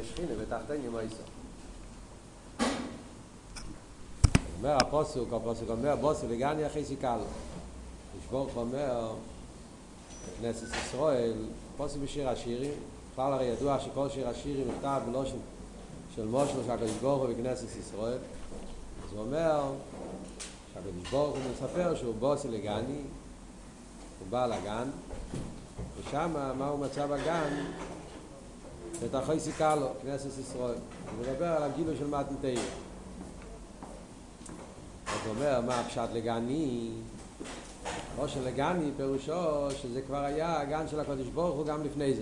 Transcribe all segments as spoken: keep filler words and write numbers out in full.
שכינה בתחתינו מויסו. אומר הפוסוק, הפוסוק אומר בוסי לגני אחרי סיכלו. ישבור אומר כנסת ישראל, פוסק בשיר השירים, בכלל הרי ידוע שכל שיר השירים נכתב בלושן של משה שהקדוש ברוך הוא בכנסת ישראל. אז הוא אומר שהקדוש ברוך הוא מספר שהוא בוסי לגני, הוא בא לגן, ושם מה הוא מצא בגן? את אחרי סיכלו, כנסת ישראל. הוא מדבר על הגילוי של מתן תורה. אז הוא אומר, מה הפשט לגני? או שלגני פירושו שזה כבר היה הגן של הקדוש ברוך הוא גם לפני זה.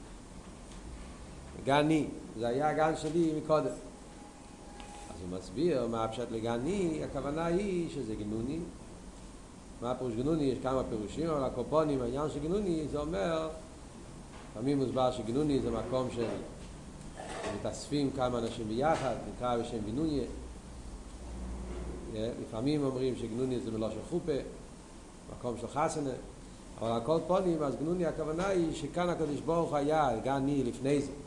גני, זה היה הגן שלי מקודם. אז הוא מסביר מה הפשט לגני, הכוונה היא שזה גנוני. מה הפירוש גנוני? יש כמה פירושים, אבל הקופונים, העניין של גנוני זה אומר, לפעמים מוסבר שגנוני זה מקום של מתאספים כמה אנשים ביחד, נקרא בשם גנוניה. לפעמים אומרים שגנוני זה מלושן חופה, מקום של חסנה, אבל על כל פונים, אז גנוני הכוונה היא שכאן הקדוש ברוך היה גני לפני זה,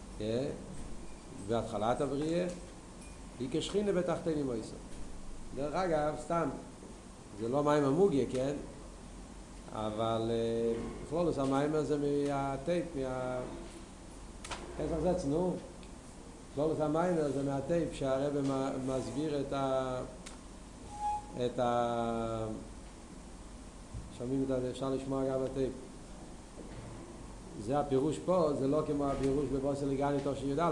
בהתחלת הבריאה, היא כשכינה בתחתינו מויסו. דרך אגב, סתם, זה לא מים המוגיה, כן? אבל בכלולוס המים הזה מהטייפ, מה... כסח זץ, נו. בכלולוס המים הזה מהטייפ, שהרב מסביר את ה... את ה... שומעים את זה, אפשר לשמוע גם בטייפ. זה הפירוש פה, זה לא כמו הפירוש בבוסי לגני תוך שי"א.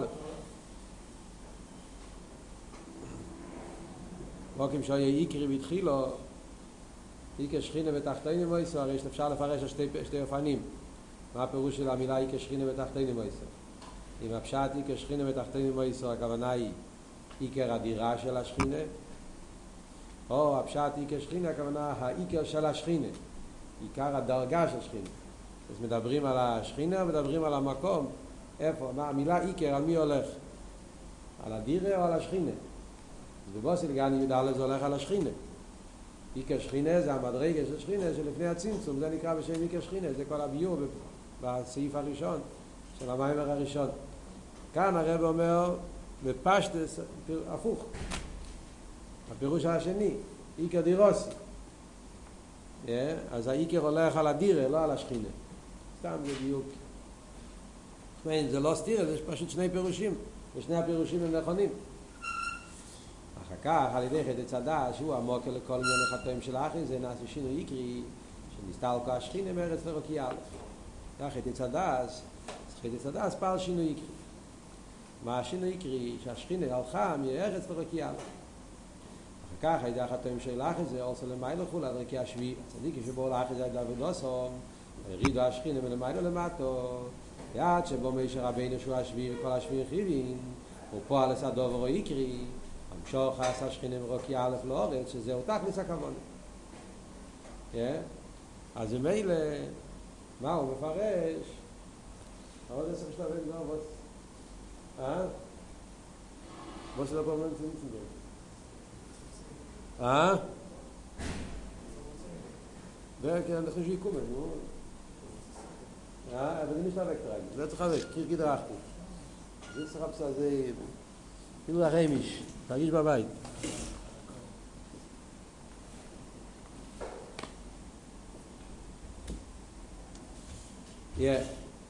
רוקים שיהיה עיקרי בתחילו, איקר שכינה בתחתינו מויסו, הרי אפשר לפרש על שתי, שתי אופנים. מה הפירוש של המילה איקר שכינה בתחתינו מויסו? אם הפשט איקר שכינה בתחתינו מויסו, הכוונה היא איקר הדירה של השכינה, או הפשט איקר שכינה, הכוונה האיקר של השכינה, עיקר הדרגה של שכינה. אז מדברים על השכינה, מדברים על המקום, איפה, מה, המילה איקר, על מי הולך? על הדירה או על השכינה? בבוסי לגני י"א זה הולך על השכינה. איקר שכינה זה המדרגה של שכינה שלפני הצמצום, זה נקרא בשם איקר שכינה, זה כל הביור בסעיף הראשון של המיימר הראשון. כאן הרב אומר בפשטס הפוך, הפירוש השני, איקר דירוסי. אז האיקר הולך על הדירה, לא על השכינה. סתם זה דיוק. זה לא סתיר, זה פשוט שני פירושים, ושני הפירושים הם נכונים. אחר כך, על ידי חטא צדה, שהוא המוקר לכל עניין החטאים של האחרי, זה נעשה שינוי עיקרי, שנסתל כל השכינה מארץ לרוקי א'. זה חטא צדה, חטא צדה, פעל שינוי עיקרי. מה השינוי עיקרי? שהשכינה הלכה מארץ לרוקי א'. אחר כך, על ידי החטאים של האחרי, זה עושה למיילו חול, עד רוקי השביעי. הצדיק שבו לאחרי זה היה דוד אוסום, הרידו השכינה מלמיילו למטו, ועד שבו מישר רבינו שהוא השביעי וכל השביעי חיבין, הוא פועל עשה דובר עיקרי, המשוך עשה שכינה מרוקי א' לאורץ, שזה אותך ניסה כבון. אז ממילא, מה הוא מפרש? עוד עשר שלבים, לא, בוס. אה? בוס לא פעם נמצאים סביב. אה? וכן, אנחנו שיקום, נו. אה? אבל זה משתבק תרגל, זה צריך לבק, קיר גדרחתי. זה צריך לפסע, זה... כאילו הרמיש, תרגיש בבית. יא.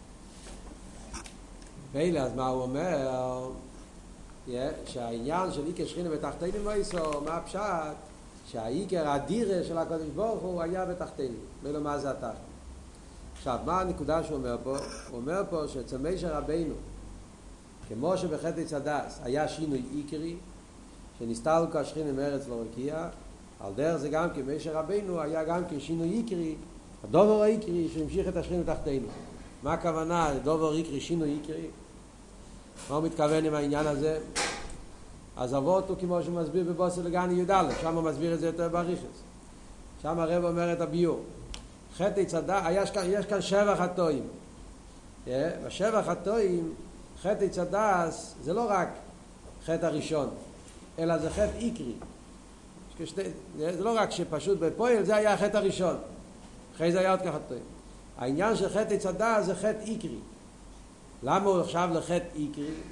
ואלה, אז מה הוא אומר? יא, שהעניין של איקר שכינה בתחתינו מויסו, מה הפשט? שהאיקר הדירה של הקדוש ברוך הוא היה בתחתינו. ולא מה זה התחת. עכשיו, מה הנקודה שהוא אומר פה? הוא אומר פה שאצל מישר רבינו, כמו שבחטא צדס היה שינוי עיקרי, שנסתלקו השכינה מארץ לרקיע, על דרך זה גם כמישר רבינו היה גם כשינוי עיקרי, הדובר העיקרי שהמשיך את השכינה תחתינו. מה הכוונה דובר עיקרי, שינוי עיקרי? מה הוא מתכוון עם העניין הזה? אז אבות הוא כמו שמסביר בבוסי לגני י"א, שם הוא מסביר את זה יותר בריחס. שם הרב אומר את הביור. חטא צדס, יש כאן, יש כאן שבע חטאים. בשבע חטאים חטא צדס זה לא רק חטא הראשון, אלא זה חטא עיקרי. זה לא רק שפשוט בפועל, זה היה החטא הראשון. אחרי זה היה עוד כחטאים. העניין של חטא צדס זה חטא עיקרי. למה הוא עכשיו לחטא עיקרי?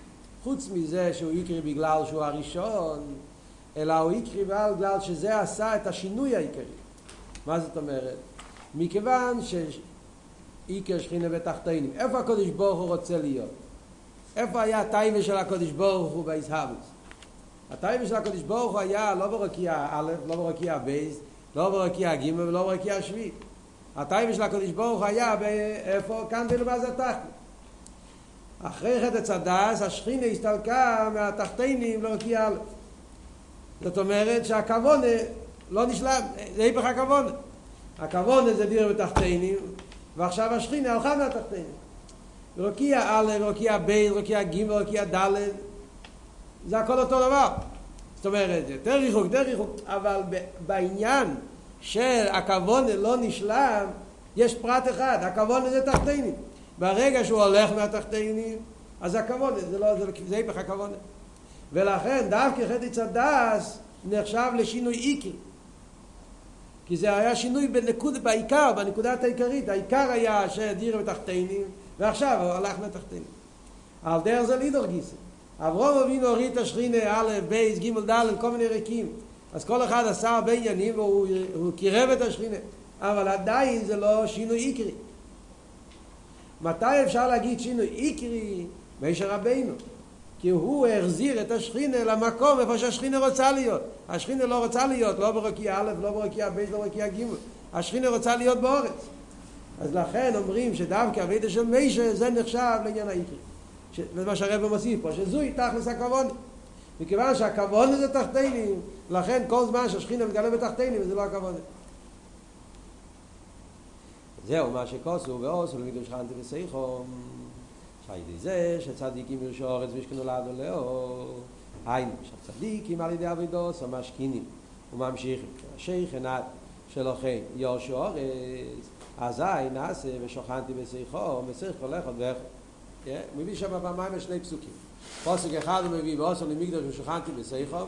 חוץ מזה שהוא עיקרי בגלל שהוא הראשון, אלא הוא עיקרי בגלל שזה עשה את השינוי העיקרי. מה זאת אומרת? מכיוון שעיקר שכינה בתחתינים, איפה הקדוש ברוך הוא רוצה להיות? איפה היה הטייבה של הקדוש ברוך הוא בהסהבוס? הטייבה של הקדוש ברוך הוא היה לא ברקיע א', לא ברקיע בייס, לא ברקיע ג' ולא ברקיע שביעית. הטייבה של הקדוש ברוך הוא היה באיפה? כאן בלבז התחתית. אחרי חטא צדס, השכינה הסתלקה מהתחתינים לרקיע א'. זאת אומרת שהכוונה לא נשלם, זה היפך הכוונה. הכוונה זה דיר בתחתינים, ועכשיו השכינה הלכה מהתחתינים. רקיע א', רקיע ב', רקיע ג', רקיע ד', זה הכל אותו דבר. זאת אומרת, יותר ריחוק, יותר ריחוק, אבל בעניין של הכוונה לא נשלם, יש פרט אחד, הכוונה זה תחתינים. ברגע שהוא הולך מהתחתינים, אז הכוונה, זה לא, זה, זה היפך הכוונה. ולכן דווקא חטא צדס נחשב לשינוי עיקרי. כי זה היה שינוי בנקוד, בעיקר, בנקודת העיקרית. העיקר היה שדיר בתחתינים, ועכשיו הוא הלך מהתחתינים. על דרך זה לידור גיסא. אברהם אבינו הוריד את השכינה א', ב', ג', ד', כל מיני ריקים. אז כל אחד עשה הרבה עניינים והוא הוא קירב את השכינה. אבל עדיין זה לא שינוי עיקרי. מתי אפשר להגיד שינוי עיקרי? משה רבינו. כי הוא החזיר את השכינה למקום איפה שהשכינה רוצה להיות. השכינה לא רוצה להיות, לא ברקיע א', לא ברקיע ב', לא ברקיע ג'. השכינה רוצה להיות באורץ. אז לכן אומרים שדווקא הווידה של משה זה נחשב לעניין העיקרי. ומה שהרב מוסיף פה, שזוהי תכלס הכוונה. מכיוון שהכוונה זה תחתינים, לכן כל זמן שהשכינה מתגלה בתחתינים, זה לא הכוונה. זהו מה שכוסו ועושו למקדוש חנתי וסייחום. שהידי זה שצדיקים ירשו אורץ וישכנו לעדו לאור. היינו, שהצדיקים על ידי עבודות המשכינים וממשיכים. השייכן עד שלכם ירשו אורץ, אזי נעשה ושוכנתי בסייחום, בסייח כל אחד ואחד. הוא מביא שם במים שני פסוקים. פסוק אחד הוא מביא ועושו למקדוש ושוכנתי בסייחום.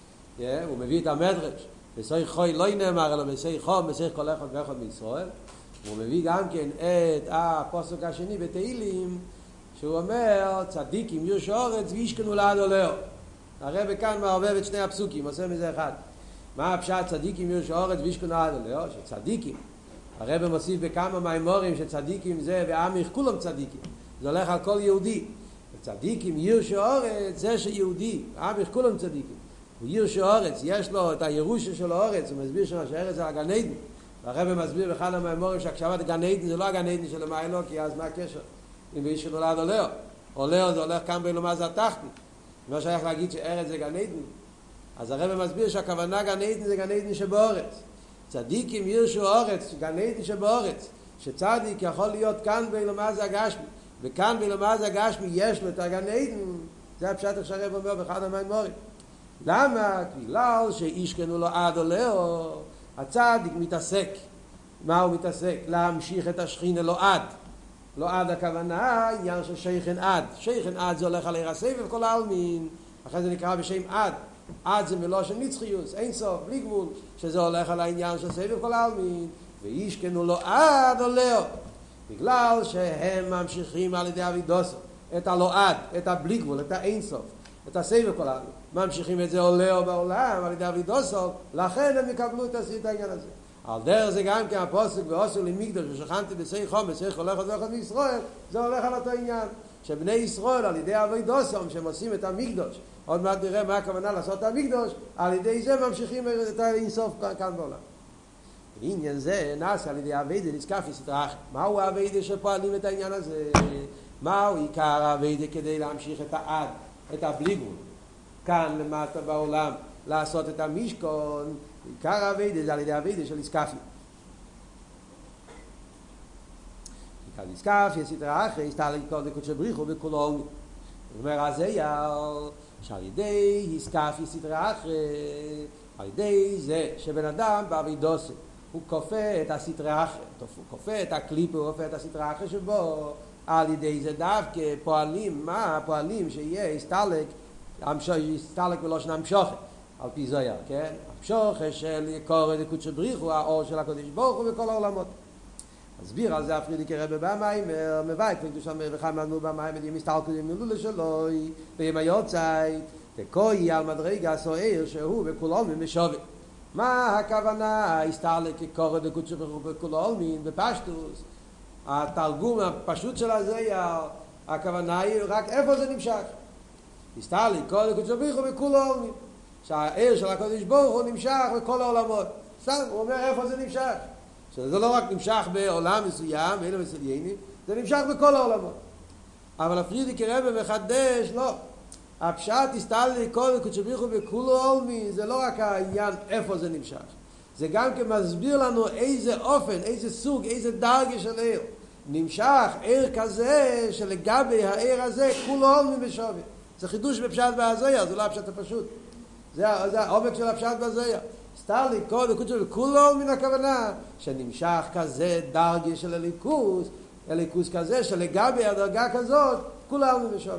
הוא מביא את המדרש. בסייחוי לא נאמר אלא בסייחום, בסייח כל אחד ואחד מישראל. הוא מביא גם כן את הפסוק השני בתהילים, שהוא אומר צדיקים ירשו אורץ וישכנו לעדו לאור. הרב כאן מערבב את שני הפסוקים, עושה מזה אחד. מה הפשט צדיקים ירשו אורץ וישכנו לעדו לאור? שצדיקים, הרב מוסיף בכמה מימורים שצדיקים זה ועמך כולם צדיקים, זה הולך על כל יהודי. צדיקים ירשו אורץ זה שיהודי, עמך כולם צדיקים. הוא ירשו אורץ, יש לו את הירושה של האורץ, הוא מסביר שמה שארץ זה הגן עדן. הרב מסביר באחד המאמרים שהקשבת גן עדן זה לא הגן עדן של המיילו, כי אז מה הקשר? אם איש שנולד או לאו. או לאו זה הולך כאן בלומה זה התחתית. לא שייך להגיד שארץ זה גן עדן. אז הרב מסביר שהכוונה גן עדן זה גן עדן שבאורץ. צדיקים ירשו אורץ, גן עדן שבאורץ. שצדיק יכול להיות כאן בלומה זה הגשמי. וכאן בלומה זה הגשמי יש לו את הגן עדן. זה הפשט שהרב אומר באחד המאמרים. למה? בגלל שישכנו לו עד או לאו. הצדיק מתעסק. מה הוא מתעסק? להמשיך את השכינה לא עד. לא עד הכוונה, עניין של שייכן עד. שייכן עד זה הולך על עיר הסבב כל העלמין. אחרי זה נקרא בשם עד. עד זה מלוא של נצחיוס, אין סוף, בלי גבול. שזה הולך על העניין של סבב כל העלמין. וישכנו לו עד או לאו. בגלל שהם ממשיכים על ידי אבידוסו. את הלא עד, את הבלי גבול, את האין סוף. את הסבב כל העלמין. ממשיכים את זה עולהו בעולם על ידי אבידוסו, לכן הם יקבלו את העניין הזה. על דרך זה גם כן הפוסק ועושו למקדוש ושכנתי בסייחום, בסייח הולך עוד ואחד מישראל, זה הולך על אותו עניין. שבני ישראל על ידי אבידוסו, שהם עושים את המקדוש, עוד מעט נראה מה הכוונה לעשות את המקדוש, על ידי זה ממשיכים את האינסוף כאן בעולם. בעניין זה נעשה על ידי אבידה נזקפי סטרח. מהו אבידה שפועלים את העניין הזה? מהו עיקר אבידה כדי להמשיך את העד, את הבלי גבול? כאן למטה בעולם לעשות את המשכון, עיקר אבידה זה על ידי אבידה של איסקפי. עיקר איסקפי, סתרא אחרי, הסתעלה עיקר דקות שבריחו בכל העולמין. זאת אומרת, אז זה יאל, שעל ידי איסקפי סתרא אחרי, על ידי זה שבן אדם באבידוסי, הוא כופה את הסתרא אחרי, הוא כופה את הקליפה, הוא כופה את הסתרא אחרי שבו, על ידי זה דווקא פועלים, מה פועלים שיהיה הסתלק, הסתלק ולושן המשוכת, על פי זויר, כן? המשוכת של יקור דקות שבריחו, האור של הקדוש ברוך הוא בכל העולמות. הסביר על זה הפרידיקי רבי במים, מביא כבר קדושה וחמדנו במים, ודים מסתלקו מלולה שלו, ביום היוצאי, וקוי על מדרגה סוער שהוא בכול עולמין משווה. מה הכוונה? הסתלק כקורא דקודשו בכול עולמין, בפשטוס. התרגום הפשוט של הזה, הכוונה היא רק איפה זה נמשך. הסתלק כקורא דקודשו בכול עולמין. שהעיר של הקדוש ברוך הוא נמשך בכל העולמות. סתם, הוא אומר איפה זה נמשך. שזה לא רק נמשך בעולם מסוים, ואלה מסוימים, זה נמשך בכל העולמות. אבל הפרידיקי רבי מחדש, לא. הפשט הסתלק כל הקדוש ברוך הוא בכול עולמין, זה לא רק העניין איפה זה נמשך. זה גם כמסביר לנו איזה אופן, איזה סוג, איזה דרגה של עיר. נמשך עיר כזה שלגבי העיר הזה כול עולמין בשווה. זה חידוש בפשט בהזיה, זה לא הפשט הפשוט. זה, זה העומק של הפשט בהזיה. סתלק כל הקדוש ברוך הוא בכול עולמין, הכוונה שנמשך כזה דרגה של הליכוז, הליכוז כזה שלגבי הדרגה כזאת כול עולמין בשווה.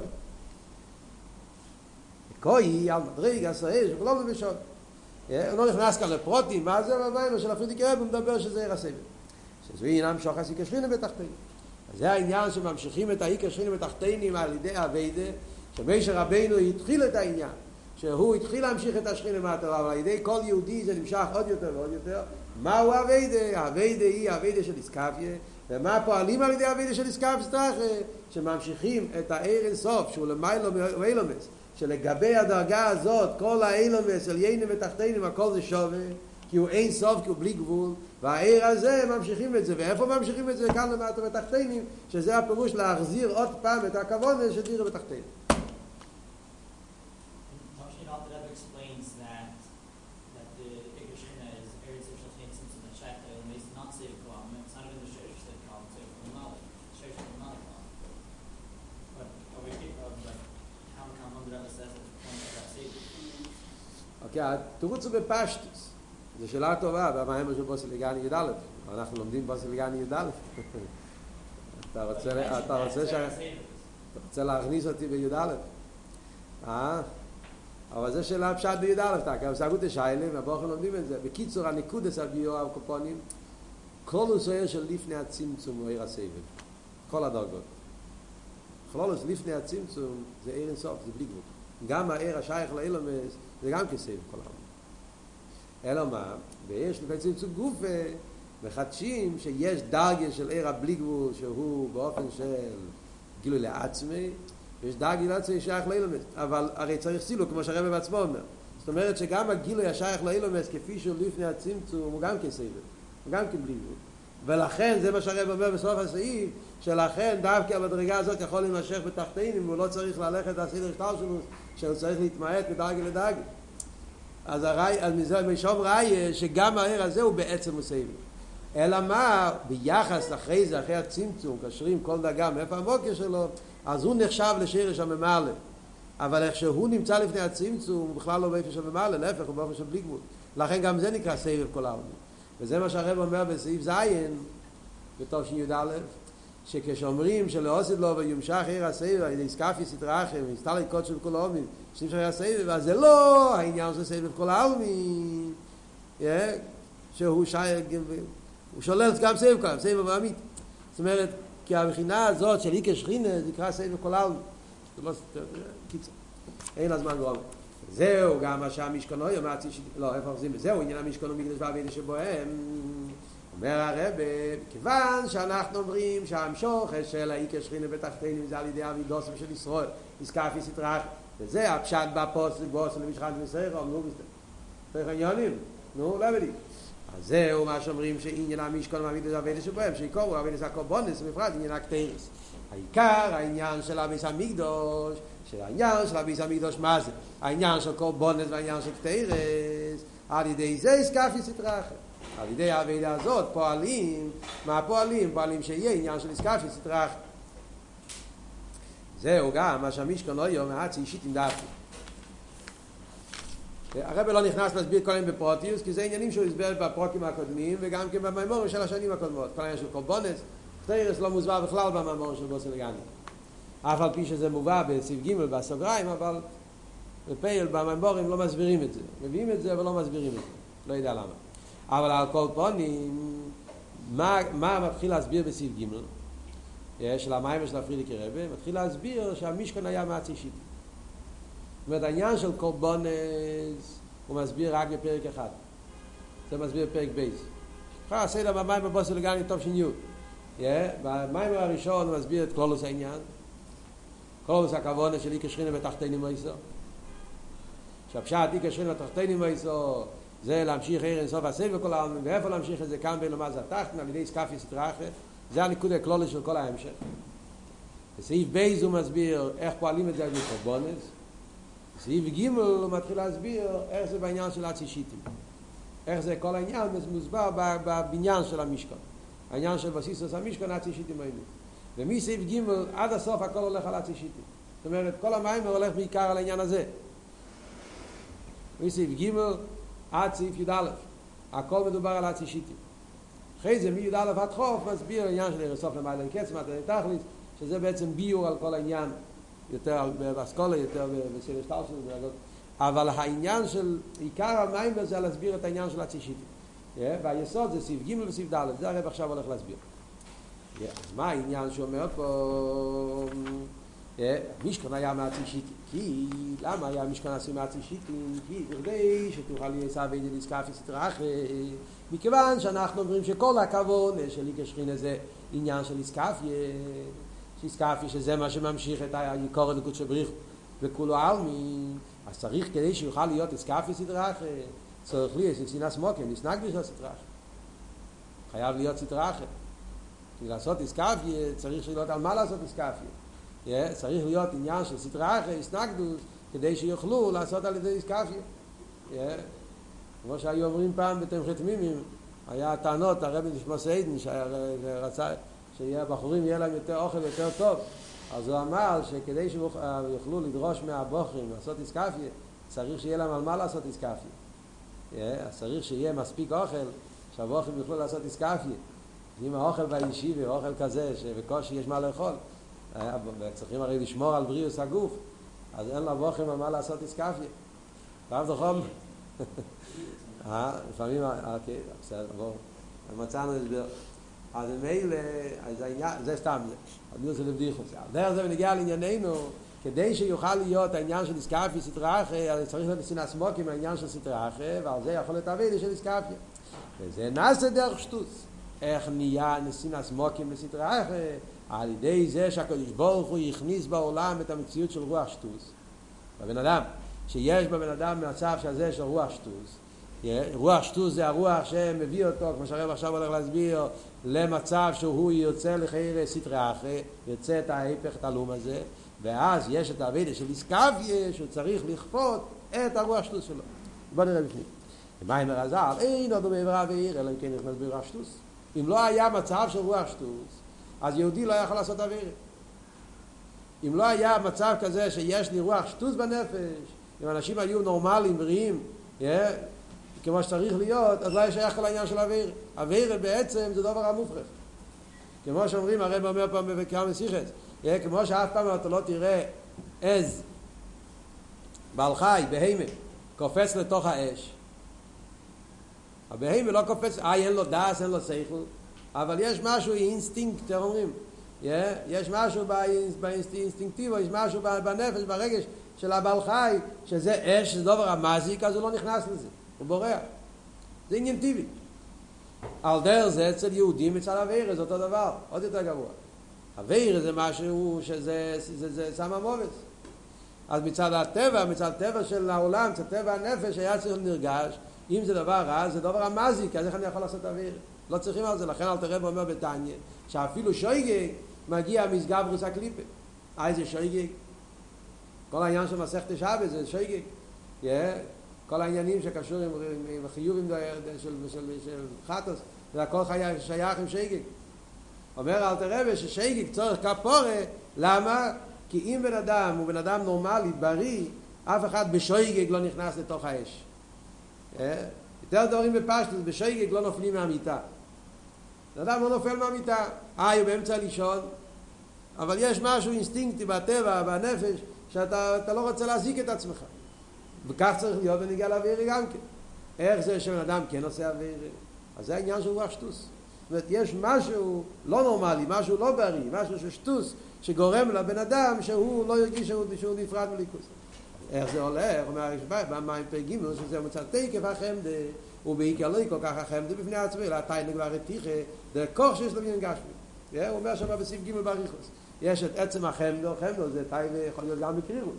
קוי על מדרגה סוער שכול עולמין בשווה. הוא לא נכנס כאן לפרוטים, מה זה בבית של הפרידיקי רבי, הוא מדבר שזה עיר הסבל. שזו עניין שוחס איקר שכינה בתחתינים. אז זה העניין שממשיכים את האיקר שכינה בתחתינים על ידי אביידה, שמשה רבינו התחיל את העניין, שהוא התחיל להמשיך את השכינה מטרה, אבל על ידי כל יהודי זה נמשך עוד יותר ועוד יותר. מהו אביידה? אביידה היא אביידה של איסקפיה, ומה פועלים על ידי אביידה של איסקפיה סטרחה? שממשיכים את העיר אינסוף, שהוא למיילו ואילומס, שלגבי הדרגה הזאת, כל האילומס, על יינים ותחתינים, הכל זה שווה, כי הוא אין סוף, כי הוא בלי גבול, והעיר הזה ממשיכים את זה. ואיפה ממשיכים את זה? כאן למטה בתחתינים, שזה הפירוש להחזיר עוד פעם את הכבוד שדירה בתחתינים. התירוץ הוא בפשטוס. זו שאלה טובה, במאמר של בוסי לגני י"א. אנחנו לומדים בוסי לגני י"א. אתה רוצה אתה רוצה ש... אתה רוצה להכניס אותי בי"א? אה? אבל זו שאלה פשט בי"א. אתה סגות השיילים, והבוחרים לומדים את זה. בקיצור, הניקודס הביאו הקופונים, כל הוא של לפני הצמצום הוא עיר הסבל. כל הדרגות. כלולוס לפני הצמצום זה עיר אינסוף, זה בלי גבול. גם העיר השייך לאילומס זה גם כסייב כל העולם. אלא מה? ויש לפני צמצום גופה מחדשים שיש דרגה של עיר הבלי גבול שהוא באופן של גילוי לעצמי, ויש דרגה לעצמי שייך לאילומס. אבל הרי צריך סילוק כמו שהרבא בעצמו אומר. זאת אומרת שגם הגילוי השייך לאילומס כפי שהוא לפני הצמצום הוא גם כסייב, הוא גם כבלי גבול. ולכן זה מה שהרבא אומר בסוף הסעיף, שלכן דווקא המדרגה הזאת יכול להימשך בתחתינים, הוא לא צריך ללכת לסדר שטר שלו, שהוא צריך להתמעט מדרגה לדרגה. אז, הרי, אז מזה משום ראי שגם העיר הזה הוא בעצם מסייב. אלא מה? ביחס אחרי זה, אחרי הצמצום, קשרים כל דרגה מאיפה המוקר שלו, אז הוא נחשב לשרש הממלא. אבל איך שהוא נמצא לפני הצמצום, הוא בכלל לא באופן של ממלא, להפך, הוא באופן של בלי גבול. לכן גם זה נקרא סבב כל העולם. וזה מה שהרב אומר בסעיף זין, בתוך שי"א, שכשאומרים שלעושד לו ויומשך עיר הסבב, על ידי סקפי סטרחם, הסתלק קודש של כל העולמים, שנמשך עיר הסבב, אז זה לא העניין של סבב כל העולמים, שהוא שולל גם סבב כל העולם, סבב מעמית. זאת אומרת, כי הבחינה הזאת של איקר שכינה, זה נקרא סבב כל העולם. אין הזמן גרום. זהו גם מה שהמשכנו יאמצי, לא, איפה עושים? זהו עניין המשכנו מקדש והאביידה שבוהם. אומר הרב, כיוון שאנחנו אומרים שהמשוכש של האיקר שכינה בתחתינים זה על ידי אבידוסם של ישראל, איסקפי סטרח, וזה הפשט בפוסק בוסם למשכן ישראל, אמרו בסדר עניינים, נו, לא בדיוק. אז זהו מה שאומרים שעניין המשכנו מקדש והאביידה שבוהם, שיקורו אביידס הקורבנס, בפרט עניין הקטרס. העיקר העניין של הביס המקדוש, שהעניין של הביס המקדוש מה זה? העניין של קורבנס והעניין של קטרס, על ידי זה איסקפי סטרח. על ידי העבודה הזאת פועלים, מה פועלים? פועלים שיהיה עניין של איסקפי סטרח. זהו גם מה שהמשכן לא יום מעט אישית עם דעתי. הרב לא נכנס להסביר כל הם בפרוטיוס, כי זה עניינים שהוא הסבר בפרוקים הקודמים וגם כן במאמרים של השנים הקודמות. כל העניין של קורבנס, קטרס לא מוסבר בכלל במאמרים של בוסי לגני. אף על פי שזה מובא בסעיף ג' בסוגריים, אבל בפייל במאמרים לא מסבירים את זה. מביאים את זה אבל לא מסבירים את זה. לא יודע למה. אבל על כל פנים, מה, מה מתחיל להסביר בסעיף ג' של המים של הפרידיקי רבי? מתחיל להסביר שהמשכן היה מעצי שיטי. זאת אומרת, העניין של קורבנס הוא מסביר רק בפרק אחד. זה מסביר בפרק בייס. אחר הסדר במים בבוסר לגני טוב שניו. במים הראשון הוא מסביר את כלולוס העניין. כלולוס הכוונה של איקר שכינה בתחתינים מויסו. שהפשט איקר שכינה בתחתינים מויסו זה להמשיך עיר אינסוף הסבל וכל העלמין. ואיפה להמשיך את זה כאן בלומז התחתן על ידי סקפי סטרחה. זה הניקוד הכלולוס של כל ההמשך. בסעיף בייס הוא מסביר איך פועלים את זה על קורבנס. בסעיף ג' הוא מתחיל להסביר איך זה בעניין של הצישיטים. איך זה כל העניין מוסבר בבניין של המשכן. העניין של בסיסוס המשכן הצישיטים האלה. ומסעיף ג' עד הסוף הכל הולך על הצישיטים. זאת אומרת, כל המים הולך בעיקר על העניין הזה. מסעיף ג' עד סעיף י' א', הכל מדובר על הצישיטים. אחרי זה מי' א' עד חוף מסביר העניין של הרסוף למעלה לקץ, מטה תכליס, שזה בעצם ביור על כל העניין. יותר באסכולה, יותר בסדר שטלסון, אבל העניין של עיקר המים זה להסביר את העניין של הצישיטים. והיסוד זה סעיף ג' וסעיף ד', זה הרב עכשיו הולך להסביר. אז מה העניין שאומר פה? משכן היה מהצישיטים. כי למה היה משכן עשוי מהצישיטים? כי כדי שתוכל לייסע ואידי לסקפי סטרח, מכיוון שאנחנו אומרים שכל הכבוד של איקר שכינה זה עניין של לסקפי, שיסקפי שזה מה שממשיך את היקור הדקות שבריך וכולו עלמין, אז צריך כדי שיוכל להיות סקפי סטרח, צריך לי סינס מוקם, לסנק בשביל סטרח. חייב להיות סטרח. כי לעשות סקפי צריך להיות על מה לעשות סקפי. צריך להיות עניין של סטרח, סנקדוס, כדי שיוכלו לעשות על ידי סקפי. כמו שהיו אומרים פעם בתמחת מימים, היה טענות, הרבי נשמע סיידן שרצה שיהיה בחורים יהיה להם יותר אוכל יותר טוב, אז הוא אמר שכדי שיוכלו לדרוש מהבוחרים לעשות איסקפיה צריך שיהיה להם על מה לעשות איסקפיה. אז צריך שיהיה מספיק אוכל שהבוחרים יוכלו לעשות איסקפיה. אם האוכל בישיבה אוכל כזה שבקושי יש מה לאכול, צריכים הרי לשמור על בריאוס הגוף, אז אין לבוחרים על מה לעשות איסקפיה. פעם דוחום לפעמים אוקיי, בסדר, בואו מצאנו הסבר. אז מילא, זה סתם זה. אני רוצה לבדיח את זה. דרך זה ונגיע לענייננו, כדי שיוכל להיות העניין של איסקפיה סטרחה, אז צריך להיות סינס מוקים העניין של סטרחה, ועל זה יכול להיות הווידה של איסקפיה. וזה נעשה דרך שטוס. איך נהיה סינס מוקים לסטרחה? על ידי זה שהקדוש ברוך הוא יכניס בעולם את המציאות של רוח שטוס. בבן אדם, שיש בבן אדם מצב שזה של רוח שטוס, רוח שטוס זה הרוח שמביא אותו, כמו שהרב עכשיו הולך להסביר, למצב שהוא יוצא לחייר סטרי אחרי, יוצא את ההיפך את הלום הזה, ואז יש את העבודה של איסקפיה, שהוא צריך לכפות את הרוח שטוס שלו. בוא נראה בפנים. ומה אם הרזל? אין עוד בעברה ועיר, אלא אם כן נכנס ברוח שטוס. אם לא היה מצב של רוח שטוס, אז יהודי לא יכול לעשות עבודה. אם לא היה מצב כזה שיש לי רוח שטוס בנפש, אם אנשים היו נורמליים, בריאים, כמו שצריך להיות, אז לא יש שייך כל העניין של עביר. עביר בעצם זה דבר המופרך. כמו שאומרים, הרב אומר פעם בבקעה מסיכת, כמו שאף פעם אתה לא תראה עז, בעל חי, בהימה, קופץ לתוך האש. הבהימה לא קופץ, אה, אין לו דס, אין לו שכל, אבל יש משהו, אינסטינקט, אומרים, יש משהו באינסטינקטיבו, יש משהו בנפש, ברגש של הבעל חי, שזה אש, זה דבר המזיק, אז הוא לא נכנס לזה. הוא בורח. זה עניין טבעי. על דרך זה אצל יהודים מצד אוויר, זה אותו דבר, עוד יותר גרוע. אוויר זה משהו שזה זה, זה, זה סם המובץ. אז מצד הטבע, מצד הטבע של העולם, מצד טבע הנפש, היה צריך נרגש, אם זה דבר רע, זה דבר המזיק, אז איך אני יכול לעשות אוויר? לא צריכים על זה, לכן אל תראה ואומר בתניא, שאפילו שויגג מגיע מסגברוס הקליפה. אה, איזה שויגג? כל העניין של מסכת שבת זה שויגג. Yeah. כל העניינים שקשורים עם החיובים של, של, של חטוס, זה הכל שייך עם שייגג. אומר אל תראה ששייגג צורך כפורה, למה? כי אם בן אדם הוא בן אדם נורמלי, בריא, אף אחד בשייגג לא נכנס לתוך האש. יותר דברים בפשטוס, בשייגג לא נופלים מהמיטה. בן אדם לא נופל מהמיטה. אה, הוא באמצע לישון, אבל יש משהו אינסטינקטי בטבע, בנפש, שאתה לא רוצה להזיק את עצמך. וכך צריך להיות ונגיע לאווירי גם כן. איך זה שבן אדם כן עושה אווירי? אז זה העניין של רוח שטוס. זאת אומרת, יש משהו לא נורמלי, משהו לא בריא, משהו ששטוס, שגורם לבן אדם שהוא לא ירגיש שהוא, שהוא נפרד מליכוס. איך זה הולך? אומר הרשב"י, במים פ"ג, שזה מצד תקף החמדה, ובעיקר לא כל כך החמדה בפני עצמי, אלא התיינג והרתיחה, זה כוח שיש למין גשמי. הוא אומר שם בסעיף ג' בריחוס. יש את עצם החמדו, חמדו זה תיינג יכול להיות גם בקרירוס.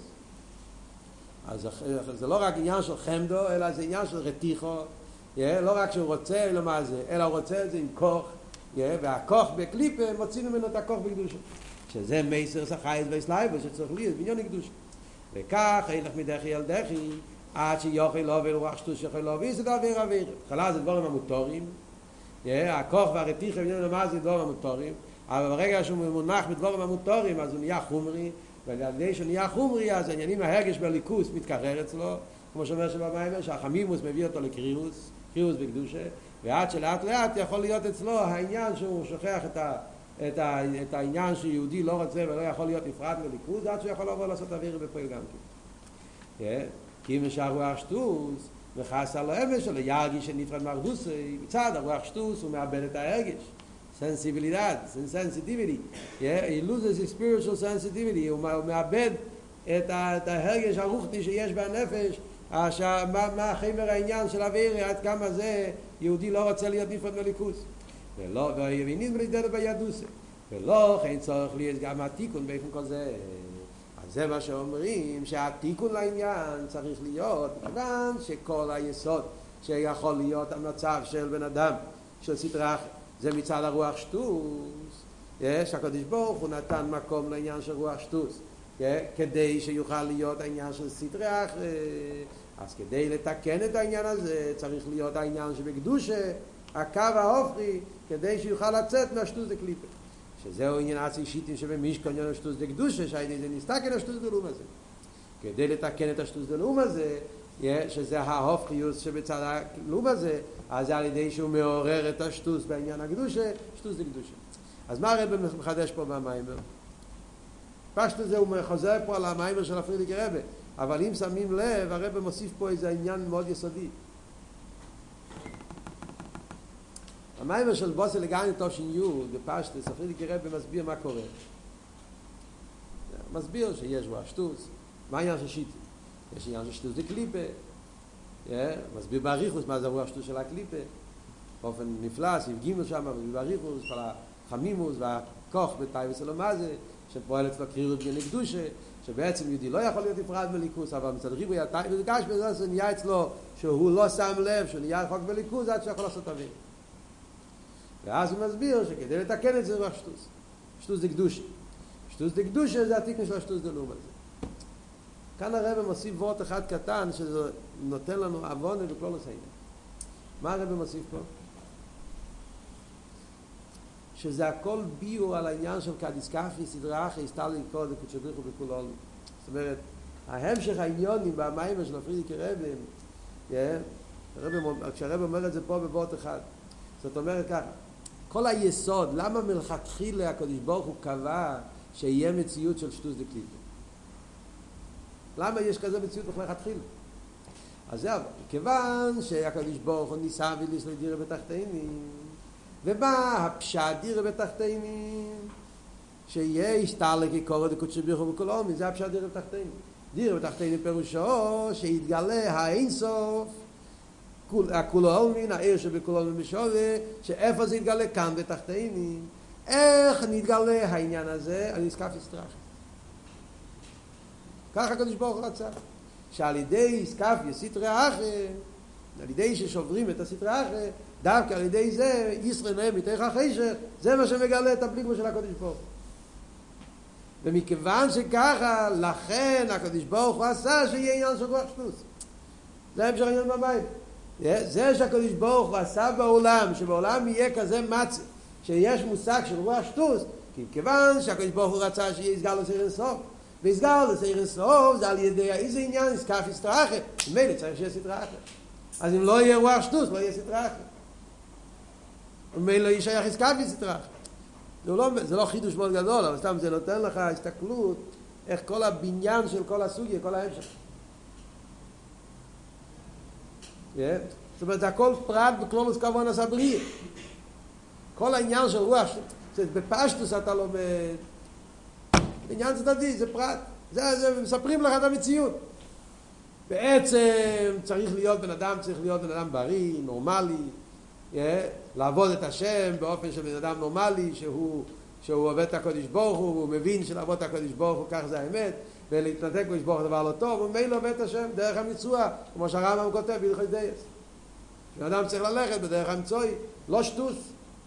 אז זה לא רק עניין של חמדו, אלא זה עניין של רתיחו, לא רק שהוא רוצה, אלא מה זה, אלא הוא רוצה את זה עם כוח, והכוח בקליפה מוצאים ממנו את הכוח בקדושה. שזה מייסר סחייס ויסלייבו שצריך להיות בניון הקדושה. וכך הילך מדחי אל דחי עד שיוכל להוביל רוח שטוס שיוכל להוביל זה דבר עביר. התחלה זה דברים המותרים, הכוח והרתיחה בניון מה זה דברים המותרים, אבל ברגע שהוא מונח בדברים המותרים אז הוא נהיה חומרי, ועל ידי שהוא נהיה חומרי אז העניינים ההרגש בליכוס מתקרר אצלו, כמו שאומר שבמיימר שהחמימוס מביא אותו לקרירוס, קרירוס בקדושה, ועד שלאט לאט יכול להיות אצלו העניין שהוא שוכח את ה את, ה, את העניין שיהודי לא רוצה ולא יכול להיות נפרד מליכוז עד שהוא יכול לבוא לעשות אוויר בפועל גם כן. כי אם נשאר רוח שטוס וחס על האמש שלו ירגיש שנפרד מאחדוסי, מצד הרוח שטוס הוא מאבד את ההרגש, סנסיבילידד, סנסיטיביטי, he loses his spiritual sensitivity, הוא מאבד את, ה, את ההרגש הרוחני שיש בנפש, מה, מה חמר העניין של אוויר, עד כמה זה יהודי לא רוצה להיות נפרד מליכוז. ולא, והיבינים ולדעת בידוסה. ולא, אין צורך להיות גם התיקון באופן כל זה. אז זה מה שאומרים, שהתיקון לעניין צריך להיות, כיוון שכל היסוד שיכול להיות המצב של בן אדם, של סטרח, זה מצד הרוח שטוס. יש, הקדוש ברוך הוא נתן מקום לעניין של רוח שטוס, כדי שיוכל להיות העניין של סטרח. אז כדי לתקן את העניין הזה, צריך להיות העניין שבקדושה, הקו ההופכי, כדי שיוכל לצאת מהשטוס דקליפה. שזהו עניין עצי שיטים שבמשכן עניין השטוס דקדושה, שהעניין זה נסתכל השטוס דלאום הזה. כדי לתקן את השטוס דלאום הזה, שזה ההופכיוס שבצד הלאום הזה, אז זה על ידי שהוא מעורר את השטוס בעניין הקדושה, שטוס דקדושה. אז מה הרב מחדש פה במיימר? פשט זה הוא חוזר פה על המיימר של הפרידיקי רבי, אבל אם שמים לב, הרב מוסיף פה איזה עניין מאוד יסודי. המיימר של בוסי לגני תושין יוד בפשטס, הפרידיקי רבי מסביר מה קורה. מסביר שיש רוח שטוס. מה העניין של שיטי? יש עניין של שטוס דקליפה. מסביר באריכוס מה זה רוח שטוס של הקליפה. באופן נפלא, סביב גימל שם, מסביר באריכוס, כל החמימוס והכוח בתאי וסלומה זה, שפועל אצלו קרירות בגני קדושה, שבעצם יהודי לא יכול להיות נפרד מליכוס, אבל מצד ריבוי התאי ודגש בזה, זה נהיה אצלו שהוא לא שם לב, שהוא נהיה רחוק בליכוס עד שיכול לעשות אוויר. ואז הוא מסביר שכדי לתקן את זה רוח שטוס. שטוס דקדושה. שטוס דקדושה זה התיקון של השטוס דלאום הזה. כאן הרב מוסיף וורט אחד קטן שזה נותן לנו עוונה וכלול עושה. מה הרב מוסיף פה? שזה הכל ביור על העניין של קדיסקפי, סדרה אחרי, הסתלי קוד, וקודשבריחו בכול עולמי. זאת אומרת, ההמשך העניונים במיימר של הפרידיקי רבי, כשהרב אומר את זה פה בוורט אחד, זאת אומרת ככה, כל היסוד, למה מלכתחילה הקדוש ברוך הוא קבע שיהיה מציאות של שטוס דקליפה? למה יש כזה מציאות מלכתחילה? אז זהו, כיוון שהקדוש ברוך הוא ניסה וליס לדירה בתחתינים, ומה הפשט דירה בתחתינים? שיהיה השתלק יקורת הקודש בריחו בכל עולמי, זה הפשט דירה בתחתינים. דירה בתחתינים פירושו שיתגלה האינסוף, הכולו עולמין, העיר שבכולו עולמין בשווה, שאיפה זה יתגלה כאן בתחתינים. איך נתגלה העניין הזה? על נזקף יסטרח. ככה הקדוש ברוך הוא רצה. שעל ידי נזקף יסטרח, על ידי ששוברים את הסטרח, דווקא על ידי זה, ישראל נהם מתוך החשך, זה מה שמגלה את הפליגמה של הקדוש ברוך הוא. ומכיוון שככה, לכן הקדוש ברוך הוא עשה שיהיה עניין של רוח שטוס. זה המשך עניין בבית. זה שהקדוש ברוך הוא עשה בעולם, שבעולם יהיה כזה מצב, שיש מושג של רוח שטוס, כי כיוון שהקדוש ברוך הוא רצה שיהיה יסגל לסעיר אינסוף, ויסגל לסעיר אינסוף זה על ידי איזה עניין נזקף יסטרחה, מילא צריך שיהיה סטרחה. אז אם לא יהיה רוח שטוס, לא יהיה סטרחה. ומילא לא ישייך יסקף יסטרחה. זה לא חידוש מאוד גדול, אבל סתם זה נותן לך הסתכלות, איך כל הבניין של כל הסוגיה, כל ההמשך. זאת אומרת, זה הכל פרט בכלולוס כוון עשה בריא. כל העניין של רוח, בפשטוס אתה לומד, עניין צדדי, זה פרט, זה, זה, מספרים לך את המציאות. בעצם צריך להיות בן אדם, צריך להיות בן אדם בריא, נורמלי, yeah, לעבוד את השם באופן של בן אדם נורמלי, שהוא, שהוא עובד את הקודש ברוך הוא, הוא מבין שלעבוד את הקודש ברוך הוא, כך זה האמת, ולהתנתק קודש ברוך הוא דבר לא טוב, הוא מילא עובד את השם דרך המצווה, כמו שהרמב"ם כותב בהלכות דייס. בן אדם צריך ללכת בדרך המצואי, לא שטוס.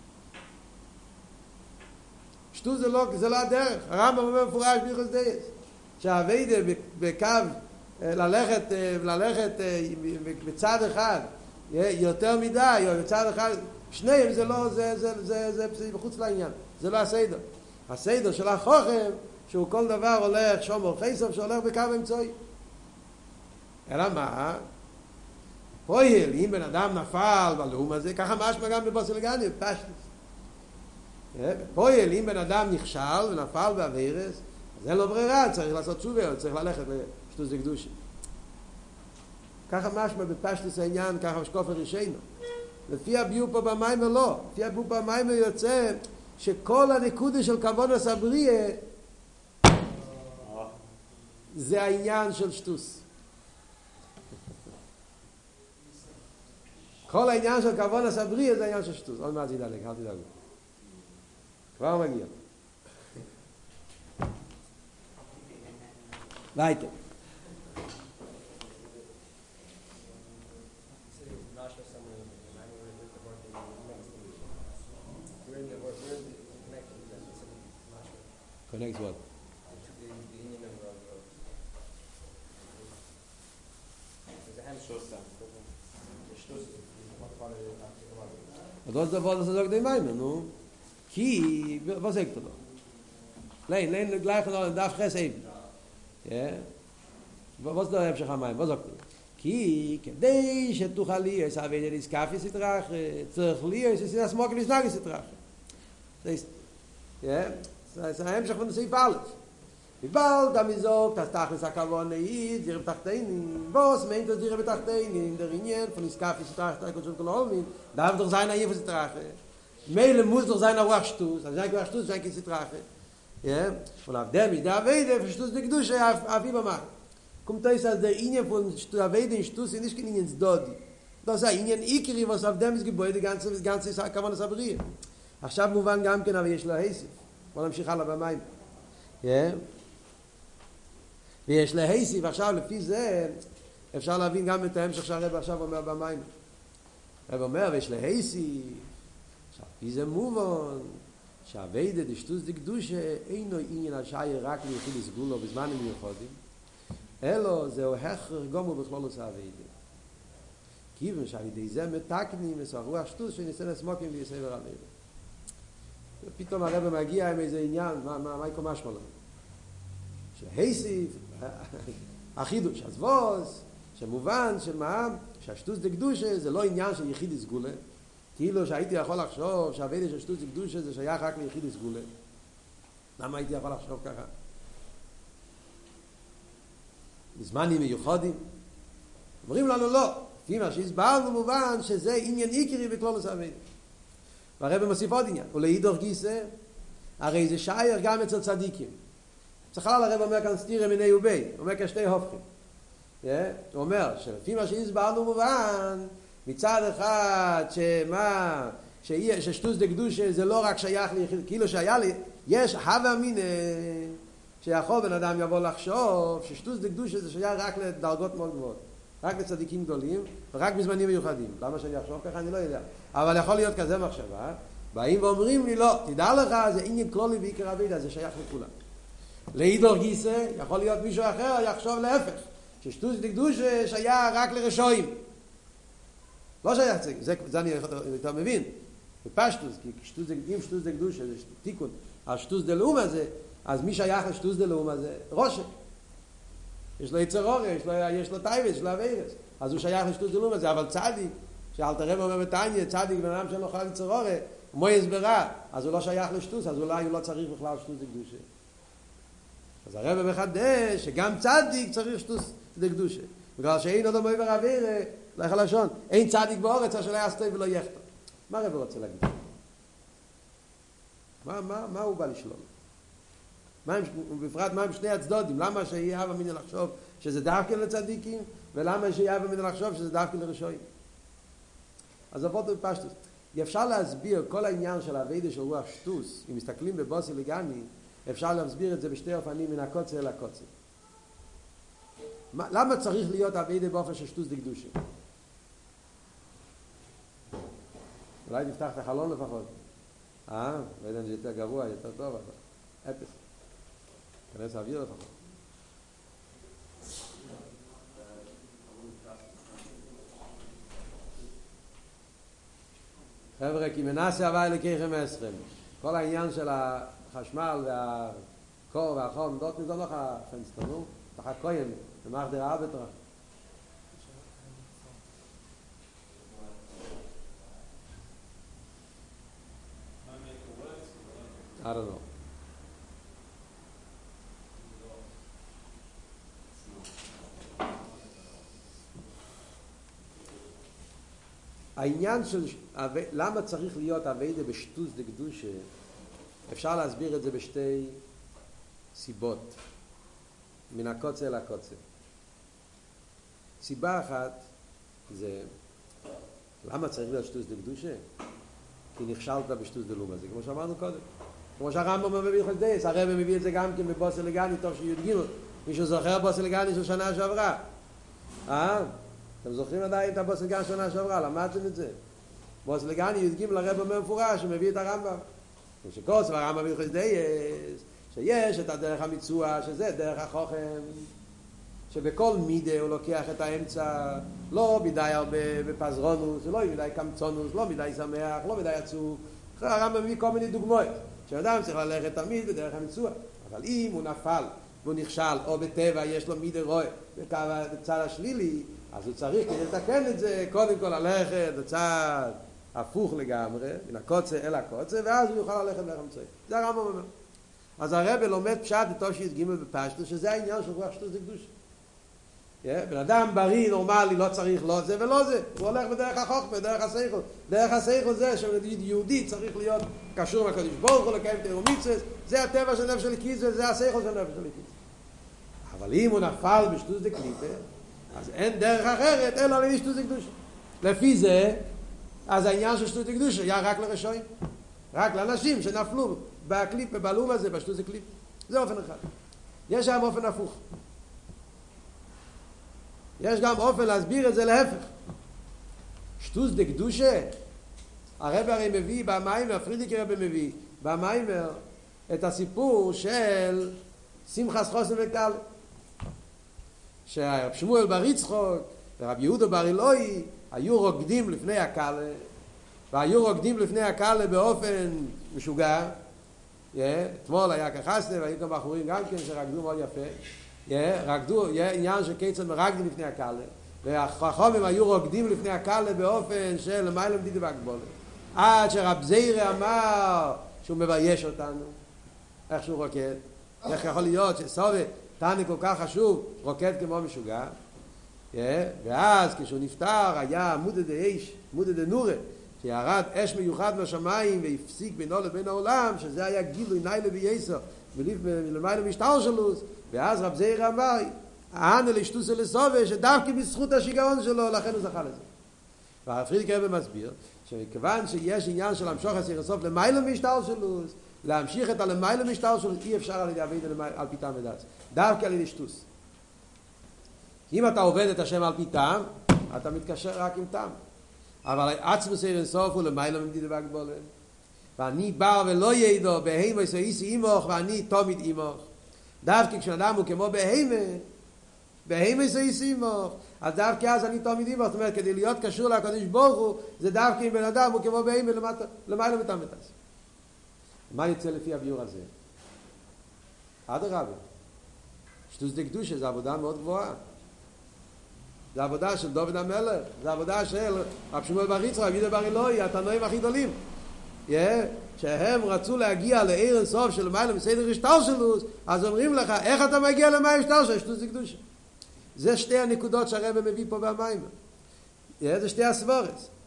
שטוס זה לא, זה לא הדרך. הרמב"ם אומר מפורש בהלכות דייס. שהעבודה בקו ללכת, ללכת בצד אחד יותר מדי, או בצד אחד, שניהם זה לא, זה, זה, זה, זה, זה בחוץ לעניין. זה לא הסדר. הסדר של החוכם, שהוא כל דבר הולך שומר חסר, שהולך בקו אמצעי. אלא מה? פועל, אם בן אדם נפל בלאום הזה, ככה משמע גם בבוסלגני, פשטוס. פועל, אם בן אדם נכשל ונפל בעבירס, אז אין לו ברירה, צריך לעשות תשובה, צריך ללכת לשטוס דקדושה. ככה משמע בפשטוס העניין, ככה משקוף הראשינו. לפי הביאו פה במיימר לא. לפי הביאו פה במיימר יוצא שכל הנקודה של כוונס הבריא זה העניין של שטוס. כל העניין של כוונס הבריא זה העניין של שטוס. עוד מעט ידלק, אל תדאגו. כבר מגיע. weiter. Connects what? Das da was sagt der Meimer, no? Ki, was sagt er? Nein, nein, gleich noch darf ich eben. Ja. Was da habe ich am Meimer? Was sagt er? Ki, kdei שתוכלי, es habe der ist Kaffee sitrach, צריך es ist das Morgen ist Nagel sitrach. Das ist ja, das ist ein von sich alles. Wie bald da mir sagt, das Tag ist akavon ist, wir betachten, was meint das wir betachten in der Ringen von ist Kaffee sitrach, da kommt schon darf doch sein hier sitrach. Meile muss doch sein auch Stus, also ich Stus sein sitrach. Ja, und auf dem da weide verstehst du du schon auf wie man kommt das als der Ingen von weide in Stus nicht in ins Dodi. Das ist Ingen ikri was auf dem Gebäude ganze ganze kann man das abrieren. עכשיו מובן גם כן, אבל יש לה היסף. בוא נמשיך הלאה במים. ויש לה היסף, עכשיו לפי זה, אפשר להבין גם את ההמשך שהרב עכשיו אומר במים. הרב אומר, ויש לה היסף. עכשיו, לפי זה מובן, שהווידה דשטוס דקדושה, אינו עניין השעיה רק ליחיד לסגולו בזמנים מיוחדים, אלו זהו הכרח גומו בכלול עושה הווידה. כיוון שעל ידי זה מתקנים את הרוח שטוס שניסה לסמוקים ויסבר עליהם. פתאום הרב מגיע עם איזה עניין, מה, מה, מה יקום משמע לנו? שהייסיף, החידוש, אז ווס, שמובן, שמה, שהשטוס דקדושה זה לא עניין של יחיד סגולה, כאילו שהייתי יכול לחשוב שהווידה של שטוס דקדושה זה שייך רק ליחיד סגולה. למה הייתי יכול לחשוב ככה? בזמנים מיוחדים. אומרים לנו לא, לפי מה שהסברנו מובן שזה עניין עיקרי בכלולוס הווידה. והרב מוסיף עוד עניין, ולהידור גיסא, הרי זה שייר גם אצל צדיקים. בכלל הרב אומר כאן סתירה מיני ובי, הוא אומר כשתי הופכים. הוא אומר שלפי מה שהסברנו מובן, מצד אחד שמה, ששטוס דקדושה זה לא רק שייך ליחיד, כאילו שהיה לי, יש הווה מיני, שיכול בן אדם יבוא לחשוב, ששטוס דקדושה זה שייך רק לדרגות מאוד גבוהות. רק לצדיקים גדולים, ורק בזמנים מיוחדים. למה שאני אחשוב ככה? אני לא יודע. אבל יכול להיות כזה מחשבה. באים ואומרים לי, לא, תדע לך, זה עניין כלולי ועיקר הווידה, זה שייך לכולם. להידור גיסא, יכול להיות מישהו אחר, יחשוב להפך. ששטוס דקדושה שייך רק לרשעים. לא שייך זה, זה, זה אני יותר מבין. בפשטוס, כי שטוס, אם שטוס דקדושה, זה תיקון, על שטוס דלאום הזה, אז מי שייך לשטוס דלאום הזה? ראשה. יש לו יצר אור, יש לו, יש לו טייבס, יש לו אווירס. אז הוא שייך לשטוס דלאום הזה, אבל צדיק, שאלתר רב אומר בתניא, צדיק בן אדם שלא חל יצר אור, מו יסברה, אז הוא לא שייך לשטוס, אז אולי הוא לא צריך בכלל שטוס דקדושה. אז הרב מחדש שגם צדיק צריך שטוס דקדושה. בגלל שאין עוד מויבר אווירה, לך לשון, אין צדיק באורץ, אשר לא יעשתוי ולא יחתו. מה הרב רוצה להגיד? מה, מה, מה הוא בא לשלול? מה, בפרט מה עם שני הצדדים? למה שיהיה הווה אמינא לחשוב שזה דווקא לצדיקים, ולמה שיהיה הווה אמינא לחשוב שזה דווקא לרשעים? אז עבוד בפשטוס. אפשר להסביר כל העניין של הווידה של רוח שטוס, אם מסתכלים בבוסי לגני, אפשר להסביר את זה בשתי אופנים מן הקוצר אל הקוצר. למה צריך להיות הווידה באופן של שטוס דקדושים? אולי נפתח את החלון לפחות. אה? לא יודע אם זה יותר גרוע, יותר טוב, אבל אפס. כנס האוויר לפחות. חבר'ה, כי מנסה הווי לקייכם עשכם. כל העניין של החשמל והקור והחום, דות נזון לך פנסטר, נו? תחת כהן, במח דרעה בתורה. I don't know. העניין של למה צריך להיות עבודה בשטוס דקדושה, אפשר להסביר את זה בשתי סיבות, מן הקוצר לקוצר. סיבה אחת זה למה צריך להיות שטוס דקדושה? כי נכשלת בשטוס דלומה, זה כמו שאמרנו קודם. כמו שהרמב"ם מביא חסדייס, הרב מביא את זה גם כן בבוסי לגני, טוב שי"ג. מישהו זוכר בוסי לגני של שנה שעברה? אה? אתם זוכרים עדיין את הבוסי לגני של שנה שעברה? למדתם את זה? בוסי לגני י"ג לרב אומר מפורש, שמביא את הרמב"ם. כמו שקוס והרמב"ם מביא חסדייס, שיש את הדרך המצווה, שזה דרך החוכם, שבכל מידה הוא לוקח את האמצע, לא מדי הרבה בפזרונוס, לא מדי קמצונוס, לא מדי שמח, לא מדי עצוב. הרמב"ם מביא כל מיני דוגמאות. שאדם צריך ללכת תמיד בדרך המצווה, אבל אם הוא נפל והוא נכשל, או בטבע יש לו מידה רואה בצד השלילי, אז הוא צריך כדי לתקן את זה, קודם כל ללכת בצד הפוך לגמרי, מן הקוצר אל הקוצר, ואז הוא יוכל ללכת בדרך המצווה. זה הרמב"ם אומר. אז הרב לומד פשט בתושית ג' בפשטוס, שזה העניין של רוח שטוס דקדושה. בן אדם בריא, נורמלי, לא צריך לא זה ולא זה. הוא הולך בדרך החוכמה, בדרך השכל. דרך השכל זה שיהודי צריך להיות קשור מהקדוש ברוך הוא, לקיים תורה ומצוות. זה הטבע של נפש הליקיס וזה השכל של נפש הליקיס. אבל אם הוא נפל בשטוס דקליפה, אז אין דרך אחרת אלא לשטוס דקדושה. לפי זה, אז העניין של שטוס דקדושה היה רק לרשעים. רק לאנשים שנפלו בקליפה, בלום הזה, בשטוס דקליפה. זה אופן אחד. יש שם אופן הפוך. יש גם אופן להסביר את זה להפך. שטוס דקדושה, הרב הרי מביא במיימר, פרידיקי רב מביא במיימר את הסיפור של שמחת חוסן וקל, שהרב שמואל בר יצחק ורב יהודה בר אלוהי היו רוקדים לפני הקלה, והיו רוקדים לפני הקלה באופן משוגע. אתמול היה כחסנה והיו גם בחורים גם כן שרקדו מאוד יפה, רקדו, עניין של כיצד מרקדים לפני הקלה, והחכמים היו רוקדים לפני הקלה באופן של למעלה מדידה והגבולת, עד שרב זיירה אמר שהוא מבייש אותנו, איך שהוא רוקד, איך יכול להיות שסובה תני כל כך חשוב רוקד כמו משוגע. ואז כשהוא נפטר היה מודה דאש, מודה דנורה, שירד אש מיוחד מהשמיים והפסיק בינו לבין העולם, שזה היה גילוי ניילה בייסר ולמעלה משטר שלוס. ואז רב זיירה אמר הענה לשטוס לסובה שדווקא בזכות השיגעון שלו לכן הוא זכה לזה. והרב פרידיקי רבי מסביר שכיוון שיש עניין של המשוך הסיר הסוף למעלה משטר שלוס, להמשיך את הלמעלה משטר שלוס אי אפשר על ידי עבודה על פי טעם ודעת, דווקא על ידי שטוס. אם אתה עובד את השם על פי טעם, אתה מתקשר רק עם טעם. אבל עצמוס סיר הסוף הוא למעלה מדידה והגבולת. ואני בא ולא ידעו בהימה יסויסי אימוך ואני תמיד אימוך. דווקא כשאדם הוא כמו בהימה, בהימה יסויסי אימוך, אז דווקא אז אני תמיד אימוך. זאת אומרת, כדי להיות קשור לקדוש ברוך הוא, זה דווקא אם בן אדם הוא כמו בהימה למעלה מטעם ותעש. מה יוצא לפי הביור הזה? אדרבה, שטוס דקדושה זה עבודה מאוד גבוהה. זה עבודה של דוד המלך, זה עבודה של רב שמואל בר יצחק, רב יהודה בר אלוהי, התנועים הכי גדולים. שהם רצו להגיע לעיר הסוף של מעלה מסדר השטר שלוס, אז אומרים לך, איך אתה מגיע למים השטר של שטוס דקדושה? זה שתי הנקודות שהרב מביא פה במים. זה שתי הסבורס.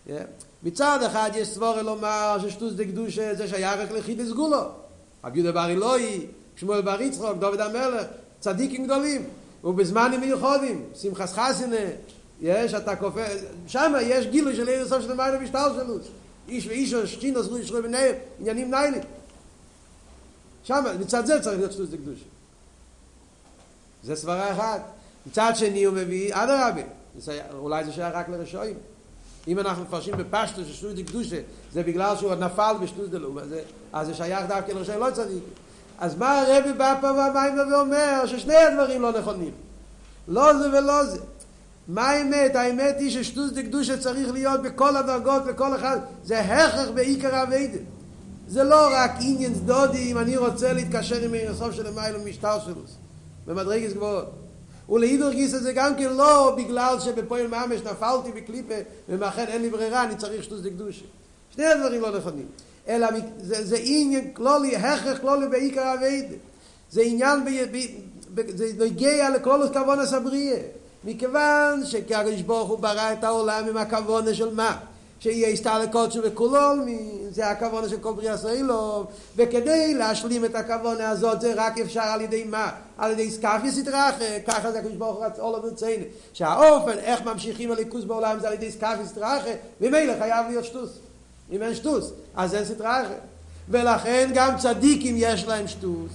מצד אחד יש סבורה לומר ששטוס דקדושה זה שייך רק לחידס גולו. רבי יהודה בר אילוי, שמואל בר יצחק, דוד המלך, צדיקים גדולים, ובזמנים מיוחדים, שמחת חסינה, יש, אתה כופה, שם יש גילוי של עיר סוף של המים והשתלשלות. איש ואיש שכינוס רוי שרוי ביניהם, עניינים ניילים. שם, מצד זה צריך להיות שטוס דקדושה. זה סברה אחת. מצד שני הוא מביא, אדרבה, אולי זה שייך רק לרשעים. אם אנחנו מפרשים בפשטוס ששטוס דקדושה, זה בגלל שהוא נפל בשטוס דלאום, אז זה שייך דווקא לרשעים לא צדיקים. אז מה הרבי בא פה והמים ואומר ששני הדברים לא נכונים? לא זה ולא זה. מה האמת? האמת היא ששטוס דקדושה צריך להיות בכל הדרגות וכל אחד. זה הכרח בעיקר העבודה. זה לא רק עניין דודי אם אני רוצה להתקשר עם הסוף של המים ומשטר שלו. במדרגות גבוהות. ולהידור גיסא זה גם כן לא בגלל שבפועל ממש נפלתי בקליפה ומאחר אין לי ברירה, אני צריך שטוס דקדושה. שני הדברים לא נכונים. אלא זה, זה עניין כלולי, הכרח כלולי בעיקר העבודה. זה עניין, ב, ב, ב, זה נוגע לכלולוס כוונס הבריאה. מכיוון שהקדוש ברוך הוא ברא את העולם עם הכוונה של מה? שיהיה הסתר לקודשו וכולו, זה הכוונה של כל בריאה ישראלו, וכדי להשלים את הכוונה הזאת זה רק אפשר על ידי מה? על ידי סקאפיס יתרחק, ככה זה הקדוש ברוך הוא רצה עולם וציינה, שהאופן איך ממשיכים הליכוז בעולם זה על ידי סקאפיס יתרחק, ממילא חייב להיות שטוס. אם אין שטוס, אז אין סתרחק. ולכן גם צדיקים יש להם שטוס.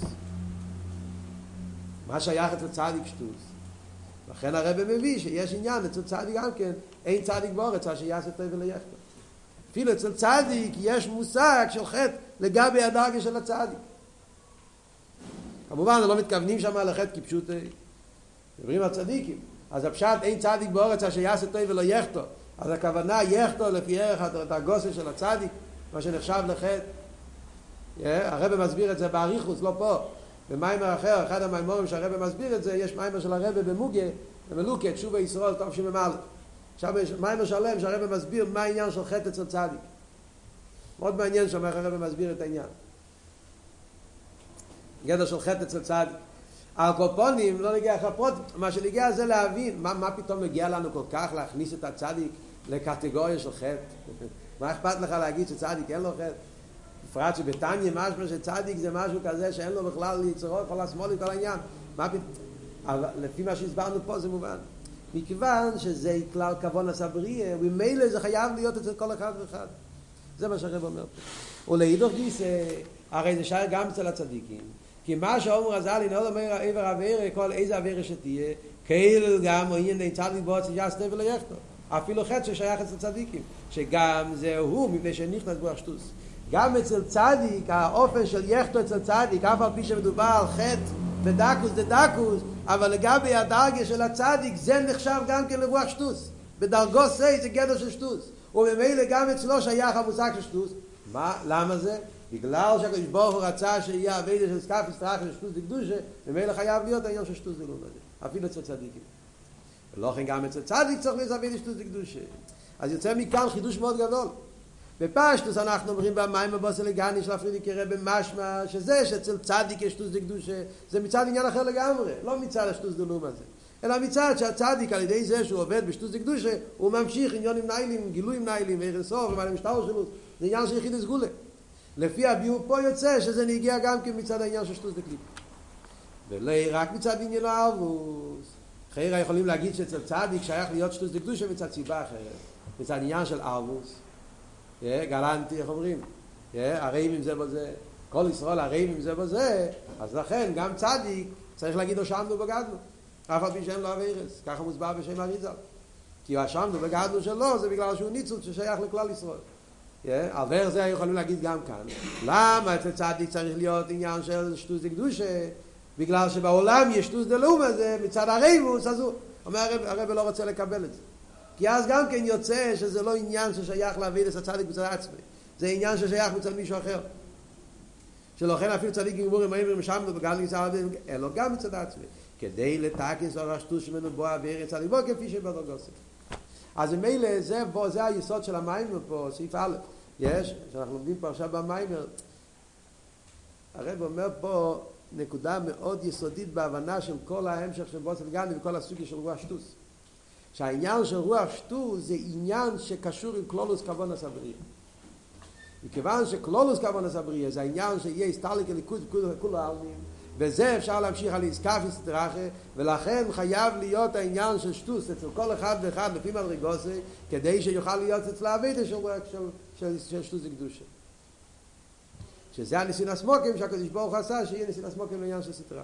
מה שייך אצל צדיק שטוס? לכן הרב מביא שיש עניין אצל צדיק גם כן, אין צדיק בארץ שיעשה טוב וליחד. אפילו אצל צדיק יש מושג של חטא לגבי הדרגה של הצדיק. כמובן לא מתכוונים שם לחטא כפשוט מדברים על צדיקים. אז הפשט אין צדיק בארץ שיעשה טוב וליחד. אז הכוונה יחתו לפי ערך הדרגוסה של הצדיק, מה שנחשב לחטא. הרב מסביר את זה באריכוס, לא פה. במיימר אחר, אחד המיימורים שהרב מסביר את זה, יש מיימר של הרב במוגה, במלוקת, תשובה ישראל, טוב שממלא. עכשיו יש מיימר שלם שהרב מסביר מה העניין של חטא אצל צדיק. מאוד מעניין שם איך הרב מסביר את העניין. גדר של חטא אצל צדיק. על קופונים, לא נגיע אחר פרוט, מה שנגיע זה להבין, מה, מה פתאום מגיע לנו כל כך להכניס את הצדיק לקטגוריה של חטא? מה אכפת לך להגיד שצדיק אין לו חטא? בפרט שבתניא משמע שצדיק זה משהו כזה שאין לו בכלל יצרות, כל השמאל וכל העניין. מה אבל לפי מה שהסברנו פה זה מובן. מכיוון שזה כלל כוונס הבריאה, וממילא זה חייב להיות אצל כל אחד ואחד. זה מה שהרב אומר פה. ולהידור גיסא, הרי זה שייך גם אצל הצדיקים. כי מה שאומר הזל, הנה עוד אומר עבר עבירה, כל איזה עבירה שתהיה, כאילו גם עניין אין צדיק בו ציג'ס טבע לא יחתו. אפילו חטא ששייך אצל צדיקים, שגם זה הוא, מפני שנכנס בו השטוס. גם אצל צדיק, האופן של יחתו אצל צדיק, אף על פי שמדובר על חטא ודקוס דדקוס, אבל לגבי הדרגה של הצדיק, זה נחשב גם כן לרוח שטוס. בדרגו סי זה גדר של שטוס. וממילא גם אצלו שייך המושג של שטוס. מה? למה זה? בגלל שהקדוש ברוך הוא רצה שיהיה עבודה של סקאפיס יתרחק של שטוס דקדושה, ממילא חייב להיות העניין של שטוס דלאום הזה. אפילו אצל צדיקים. ולכן גם אצל צדיק צריך להיות עבודה של שטוס דקדושה. אז יוצא מכאן חידוש מאוד גדול. בפשטוס אנחנו אומרים במים הבוסר לגני של הפרידיקי רבי משמע שזה שאצל צדיק יש שטוס דקדושה, זה מצד עניין אחר לגמרי, לא מצד השטוס דלאום הזה. אלא מצד שהצדיק על ידי זה שהוא עובד בשטוס דקדושה, הוא ממשיך עניונים ניילים, גילויים ניילים, וערן סוף, ומעלה משטר שלו, זה עניין של יחיד סגולה. לפי הביאור פה יוצא שזה נגיע גם כן מצד העניין של שטוס דקליפ. ולא רק מצד עניין האבוס. חיירה יכולים להגיד שאצל צדיק שייך להיות שטוס דקדושה מצד סיבה אחרת. מצד עניין של אבוס. גלנטי, איך אומרים? הרעים עם זה בזה. כל ישראל הרעים עם זה בזה. אז לכן גם צדיק צריך להגיד הושענו בגדנו. אף על פי שאין לו עבירס. ככה מוסבר בשם אריזל. כי הושענו בגדנו שלו זה בגלל שהוא ניצוץ ששייך לכלל ישראל. על דרך זה יכולים להגיד גם כאן. למה אצל צדיק צריך להיות עניין של שטוס דקדושה? בגלל שבעולם יש שטוס דלאום הזה מצד הרייבוס, אז הוא אומר הרב לא רוצה לקבל את זה. כי אז גם כן יוצא שזה לא עניין ששייך להביא את הצדיק מצד עצמי. זה עניין ששייך מצד מישהו אחר. שלכן אפילו צדיק גמורים אומרים משמנו בגלל ניסה אלו גם מצד עצמי. כדי לתקן סור השטוס שמנו בו בארץ צדיק בו כפי שבדרגוסי. אז ממילא זה, זה היסוד של המיימר פה, סעיף א', יש, שאנחנו לומדים פה עכשיו במיימר, הרב אומר פה נקודה מאוד יסודית בהבנה של כל ההמשך של בוסר גני וכל הסוגיה של רוח שטוס. שהעניין של רוח שטות זה עניין שקשור עם כלולוס כוונס הבריאה. מכיוון שכלולוס כוונס הבריאה זה העניין שיהיה הסתלק הליכוז כולו העלמין, וזה אפשר להמשיך על עסקה וסטרחה, ולכן חייב להיות העניין של שטוס אצל כל אחד ואחד לפי מדרגוסי, כדי שיוכל להיות אצל העבודה של, של, של, של שטוס וקדושה. שזה הניסין הסמוקים שהקדוש ברוך הוא עשה, שיהיה ניסין הסמוקים לעניין של סטרחה.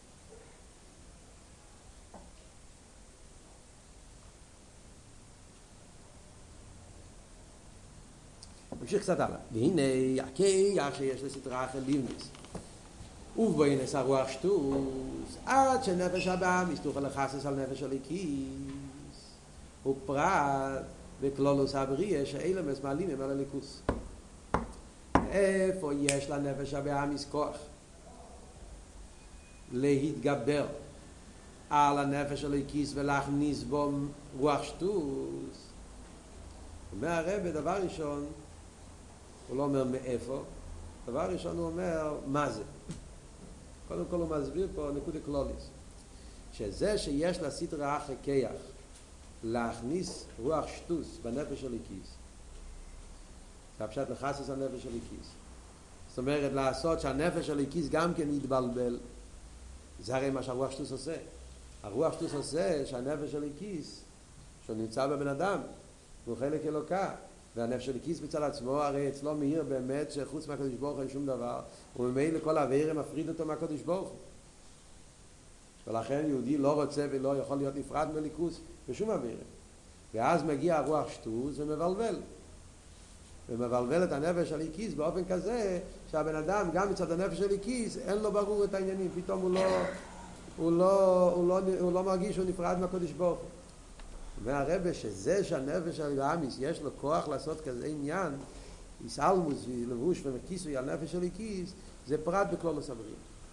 נמשיך קצת הלאה. והנה, הכיח שיש לסטרחה ליבניס. ובוינס הרוח שטוס, עד שנפש הבא מסתוך לחסס על נפש הליקיס, ופרט וכלולוס הבריאה שאילמס מעלים הם על הליכוס. איפה יש לנפש הבא מסכוח להתגבר על הנפש הליקיס ולהכניס בו רוח שטוס? אומר הרב, דבר ראשון, הוא לא אומר מאיפה, דבר ראשון הוא אומר מה זה. קודם כל הוא מסביר פה נקודה כלוליס, שזה שיש לסטרא אחרי כיח להכניס רוח שטוס בנפש הליקיס, זה הפשט לחסס הנפש הליקיס. זאת אומרת לעשות שהנפש הליקיס גם כן יתבלבל, זה הרי מה שהרוח שטוס עושה. הרוח שטוס עושה שהנפש הליקיס שהוא נמצא בבן אדם הוא חלק אלוקה, והנפש הליקיס מצד עצמו הרי אצלו מאיר באמת שחוץ מהקדוש ברוך הוא אין שום דבר, וממילא כל העבירה מפריד אותו מהקדוש ברוך הוא, ולכן יהודי לא רוצה ולא יכול להיות נפרד מליכוס בשום עבירה. ואז מגיע הרוח שטוס ומבלבל ומבלבל את הנפש הליקיס באופן כזה שהבן אדם גם מצד הנפש הליקיס אין לו ברור את העניינים, פתאום הוא לא הוא לא, הוא לא, הוא לא מרגיש שהוא נפרד מהקדוש ברוך הוא. והרבא שזה שהנפש הליקיס יש לו כוח לעשות כזה עניין, יסלמוס ולבוש ומקיסוי על נפש הליקיס, זה פרט בכלולוס הבריאה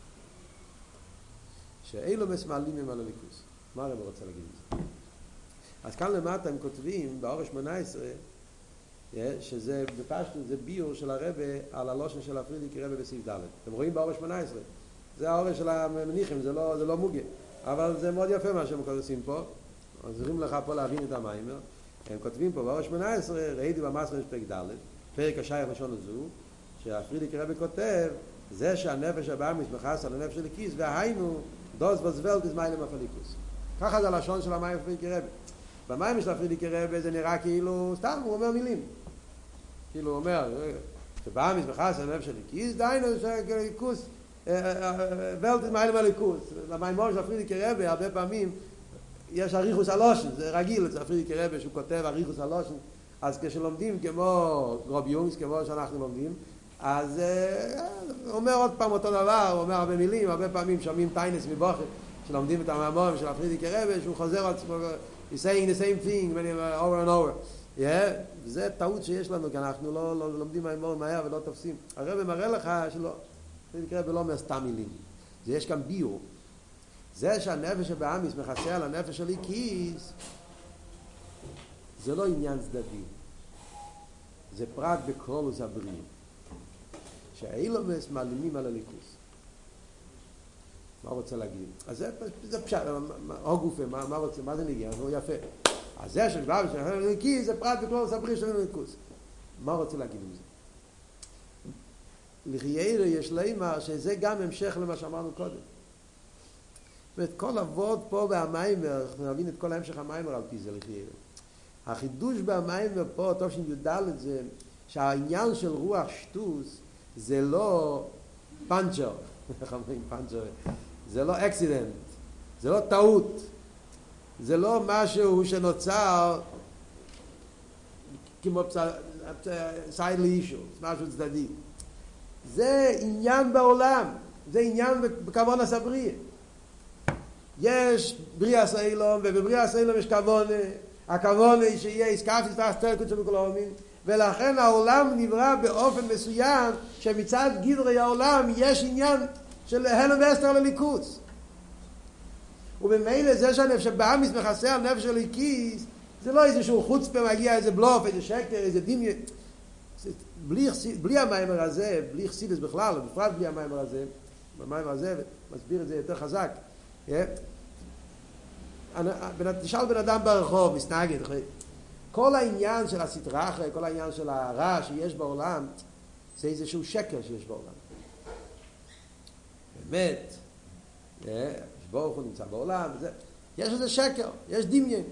שאילו מסמלים הם על הליכוס. מה הרבא רוצה להגיד את זה? אז כאן למטה הם כותבים באור שמונה עשרה שזה בפשטות זה ביור של הרבא על הלושן של הפרידיקי רבא בסעיף ד'. אתם רואים באור שמונה עשרה זה האור של המניחים, זה לא, זה לא מוגה, אבל זה מאוד יפה מה שהם עושים פה. עוזרים לך פה להבין את המיימר. הם כותבים פה באור שמונה עשרה, ראיתי במסר פרק ד', פרק השייך לשון הזו, שהפרידיקי רבא כותב זה שהנפש הבא מתמחס על הנפש הליקיס, והיינו דוס בזוולט איז מיילם הפליקוס. ככה זה הלשון של המים הפרידיקי רבא. במים של הפרידיקי רבא זה נראה כאילו סתם הוא אומר מילים, כאילו הוא אומר שבא מתמחס על הנפש הליקיס, דיינו שהליכוס וולט איז מיילם הליכוס. במים של הפרידיקי רבא הרבה פעמים יש אריכוס הלושן, זה רגיל אצל הפרידיקי רבא שהוא כותב אריכוס הלושן. אז כשלומדים כמו רב יונגס, כמו שאנחנו לומדים, אז הוא אומר עוד פעם אותו דבר, הוא אומר הרבה מילים, הרבה פעמים שומעים טיינס מבוכר, שלומדים את המאמרים של הפרידיקי רבא, שהוא חוזר על עצמו, he's saying the same thing over and over. Yeah? זה טעות שיש לנו, כי אנחנו לא, לא לומדים מאמרים מהר ולא תופסים. הרבא מראה לך שלא, הפרידיקי רבא לא אומר סתם מילים. זה יש כאן ביור. זה שהנפש הבאמיס מכסה על הנפש הליקיס, זה לא עניין צדדי. זה פרט בכלולוס הבריאה. שהאילומס מעלימים על הליכוס. מה רוצה להגיד? אז זה, זה פשט, או גופה, מה, מה רוצה, מה זה נגיע? זה יפה. אז זה שבא בשביל הליקיס, זה פרט בכלולוס הבריאה של הליכוס. מה רוצה להגיד עם זה? לחיירה יש להימר שזה גם המשך למה שאמרנו קודם. ואת כל עבוד פה במיימר, אנחנו נבין את כל המשך המיימר על פי זה לחיירה. החידוש במיימר פה, טוב שנדע את זה, שהעניין של רוח שטוס זה לא פנצ'ר, איך אומרים פנצ'ר? זה לא אקסידנט, זה לא טעות, זה לא משהו שנוצר כמו סיידלי אישו, משהו צדדי. זה עניין בעולם, זה עניין בכוונס הבריאה. יש בריאה סיילום, ובבריאה סיילום יש כוונה, הכוונה היא שיהיה עסקה פספס תלכות של כל העולמים, ולכן העולם נברא באופן מסוים שמצד גדרי העולם יש עניין של הלם ואסתר לליכוס. ובמילא זה שהנפש הבאמיס מכסה על נפש הליקיס, זה לא איזשהו חוצפה מגיע איזה בלוף, איזה שקר, איזה דמיון. בלי, בלי המיימר הזה, בלי חסידס בכלל, בפרט בלי המיימר הזה, במיימר הזה מסביר את זה יותר חזק. תשאל בן אדם ברחוב, מסתגד, כל העניין של הסטרה אחרי, כל העניין של הרע שיש בעולם, זה איזשהו שקר שיש בעולם. באמת, ברוך הוא נמצא בעולם, זה, יש איזה שקר, יש דמיין.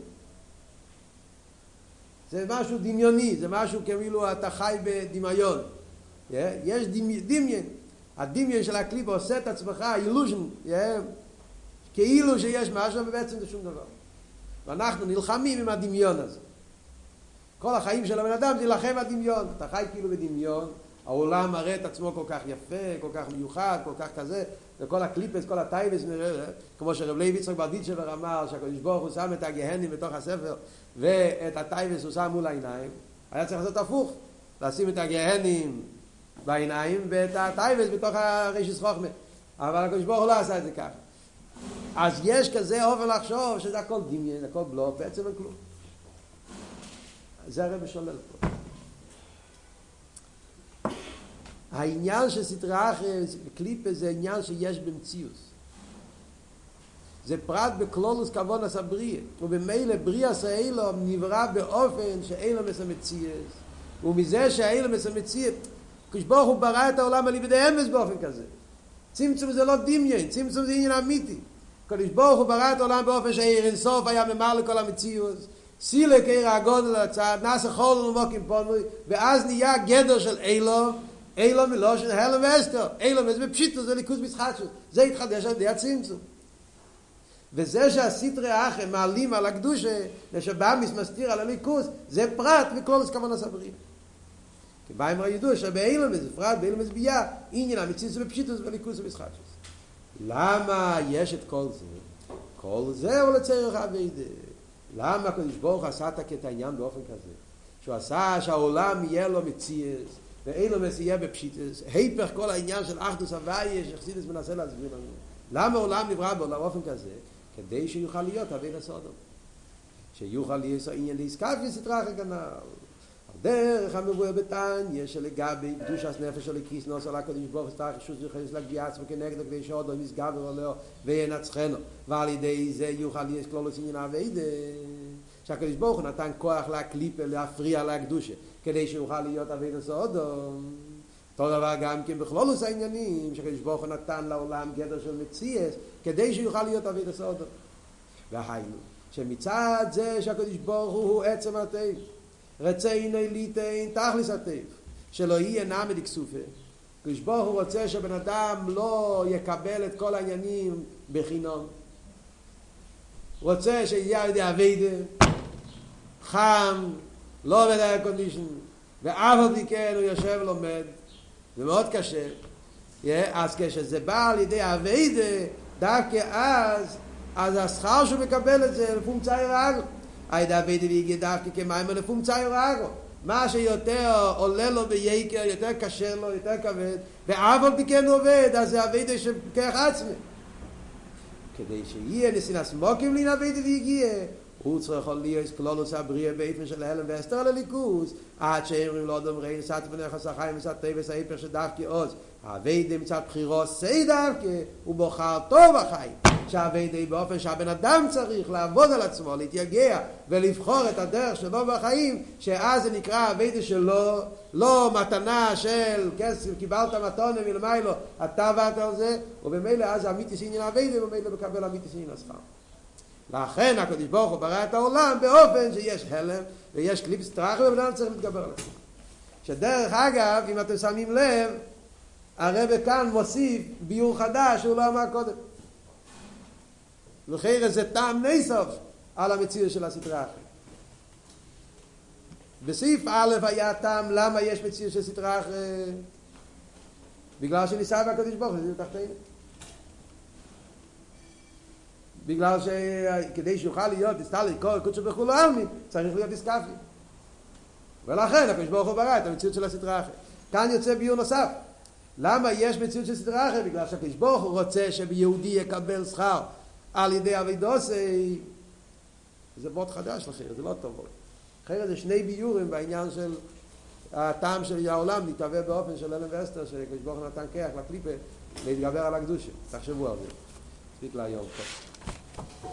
זה משהו דמיוני, זה משהו כאילו אתה חי בדמיון. יש דמיין. הדמיין של הקליפ עושה את עצמך, אילוז'ן, כאילו שיש משהו, ובעצם זה שום דבר. ואנחנו נלחמים עם הדמיון הזה. כל החיים של הבן אדם זה להילחם הדמיון. אתה חי כאילו בדמיון, העולם מראה את עצמו כל כך יפה, כל כך מיוחד, כל כך כזה, וכל הקליפס, כל הטייבס, כמו שרב לוי יצחק ברדיצ'בר אמר, שהקדוש ברוך הוא שם את הגהנים בתוך הספר, ואת הטייבס הוא שם מול העיניים, היה צריך לעשות הפוך, לשים את הגהנים בעיניים, ואת הטייבס בתוך הרשס חוכמה. אבל הקדוש ברוך הוא לא עשה את זה ככה. אז יש כזה אופן לחשוב שזה הכל דמיין, הכל בלוף, בעצם אין כלום. זה הרב שולל פה. העניין של סטרה אחרי קליפה זה עניין שיש במציאוס. זה פרט בקלולוס כוונס הבריאה. ובמילא בריאס האילום נברא באופן שאילום מסמציאס. ומזה שהאילום מסמציאס, כשברוך הוא ברא את העולם על ידי אמס באופן כזה. צמצום זה לא דמיין, צמצום זה עניין אמיתי. כשברוך הוא ברא את העולם באופן שהעיר אינסוף היה ממר לכל המציאוס. סילק עיר הגודל הצד, נעשה חול ומוקים פונוי, ואז נהיה גדר של אילום, אילום מלושן הלם ואסתר. אילום זה בפשיטו, זה ליכוז משחטשות. זה התחדש על ידי הצמצום. וזה שהסטרי האחר מעלים על הקדושה, ושבאמיס מסתיר על הליכוז, זה פרט מכלולוס כוונס הבריאה. כי באים ידוע שבאילום זה פרט, באילום זה בייה, עניין המציאות זה בפשיטו, זה בליכוז ומשחטשות. למה יש את כל זה? כל זה הוא לצריך עבודה. למה הקדוש ברוך עשה את העניין באופן כזה? שהוא עשה שהעולם יהיה לו מציאות, ואילומס יהיה בפשיטס, היפך כל העניין של אחדוס הוויה שחסידס מנסה להסביר לנו. למה העולם נברא באופן כזה? כדי שיוכל להיות אבי וסודום. שיוכל להיות עניין להסקף יסתרח הגנל. דרך המבואר בתניא שלגבי קדושת נפש של כיס נוס על הקדוש ברוך הוא סתר רשות וחסד להגביה עצמו כנגד כדי שעודו יסגבר עליו וינצחנו, ועל ידי זה יוכל להיות כלולוס עניין אביידה. שהקדוש ברוך הוא נתן כוח לקליפה להפריע לקדושה כדי שיוכל להיות אביידה סודום. אותו דבר גם כן בכלולוס העניינים שהקדוש ברוך הוא נתן לעולם גדר של מציאס כדי שיוכל להיות אביידה סודום. והיינו שמצד זה שהקדוש ברוך הוא עצם הטבע רצינו ליתן תכלס הטבע שלא יהיה נמד כסופה. הקדוש ברוך הוא רוצה שבן אדם לא יקבל את כל העניינים בחינם. רוצה שיהיה על ידי אביידה חם, לא בדייר קונדישן, ואף על פי כן הוא יושב ולומד. זה מאוד קשה. אז כשזה בא על ידי אביידה, דווקא אז, אז השכר שהוא מקבל את זה לפונקציה יראגו. הידע אביידה ויגיע דווקא כמים לפונקציה יראגו. מה שיותר עולה לו בייקר, יותר קשה לו, יותר כבד, ואף על פי כן הוא עובד, אז זה אביידה שכך עצמי. כדי שיהיה נסינס מוקים לין אביידה ויגיע, הוא צריך להיות כלולוס הבריאה באיפן של הלם ואסתר לליכוז, עד שאומרים לו אדם ראי נסעת בנכס החיים נסעת טבע סעיפר שדווקא עוז. האביידה מצד בחירו סי דווקא, הוא בוחר טוב החיים. שהאביידה באופן שהבן אדם צריך לעבוד על עצמו, להתייגע ולבחור את הדרך שלו בחיים, שאז זה נקרא אביידה שלו, לא מתנה של כסף, קיבלת מתונה מלמיילו, אתה עבדת על זה, ובמילא אז אמיתיס עניין אביידה, ובמילא מקבל אמיתיס עניין השכר. לכן הקדוש ברוך הוא ברא את העולם באופן שיש הלם ויש קליפ סטרח ובן אדם צריך להתגבר על עצמו. שדרך אגב, אם אתם שמים לב, הרב כאן מוסיף ביור חדש שהוא לא אמר קודם. לכן זה טעם ניסוף על המציאות של הסטרה אחרת. בסעיף א' היה טעם למה יש מציאות של סטרה אחרת. בגלל שניסה והקדוש ברוך הוא זה תחתינו. בגלל שכדי שיוכל להיות הסתלי כל קודשו בחולו עלמין צריך להיות הסקפי. ולכן הקדוש ברוך הוא ברא את המציאות של הסטרה אחרת. כאן יוצא ביור נוסף. למה יש מציאות של סטרה אחרת? בגלל שהקדוש ברוך הוא רוצה שביהודי יקבל שכר על ידי אבידוסי. זה מאוד חדש לכם, זה לא טוב. אחרת זה שני ביורים בעניין של הטעם של העולם להתהווה באופן של אלם ואסתר שהקדוש ברוך הוא נתן כוח לקליפה להתגבר על הקדושה. תחשבו על זה. מספיק להיום.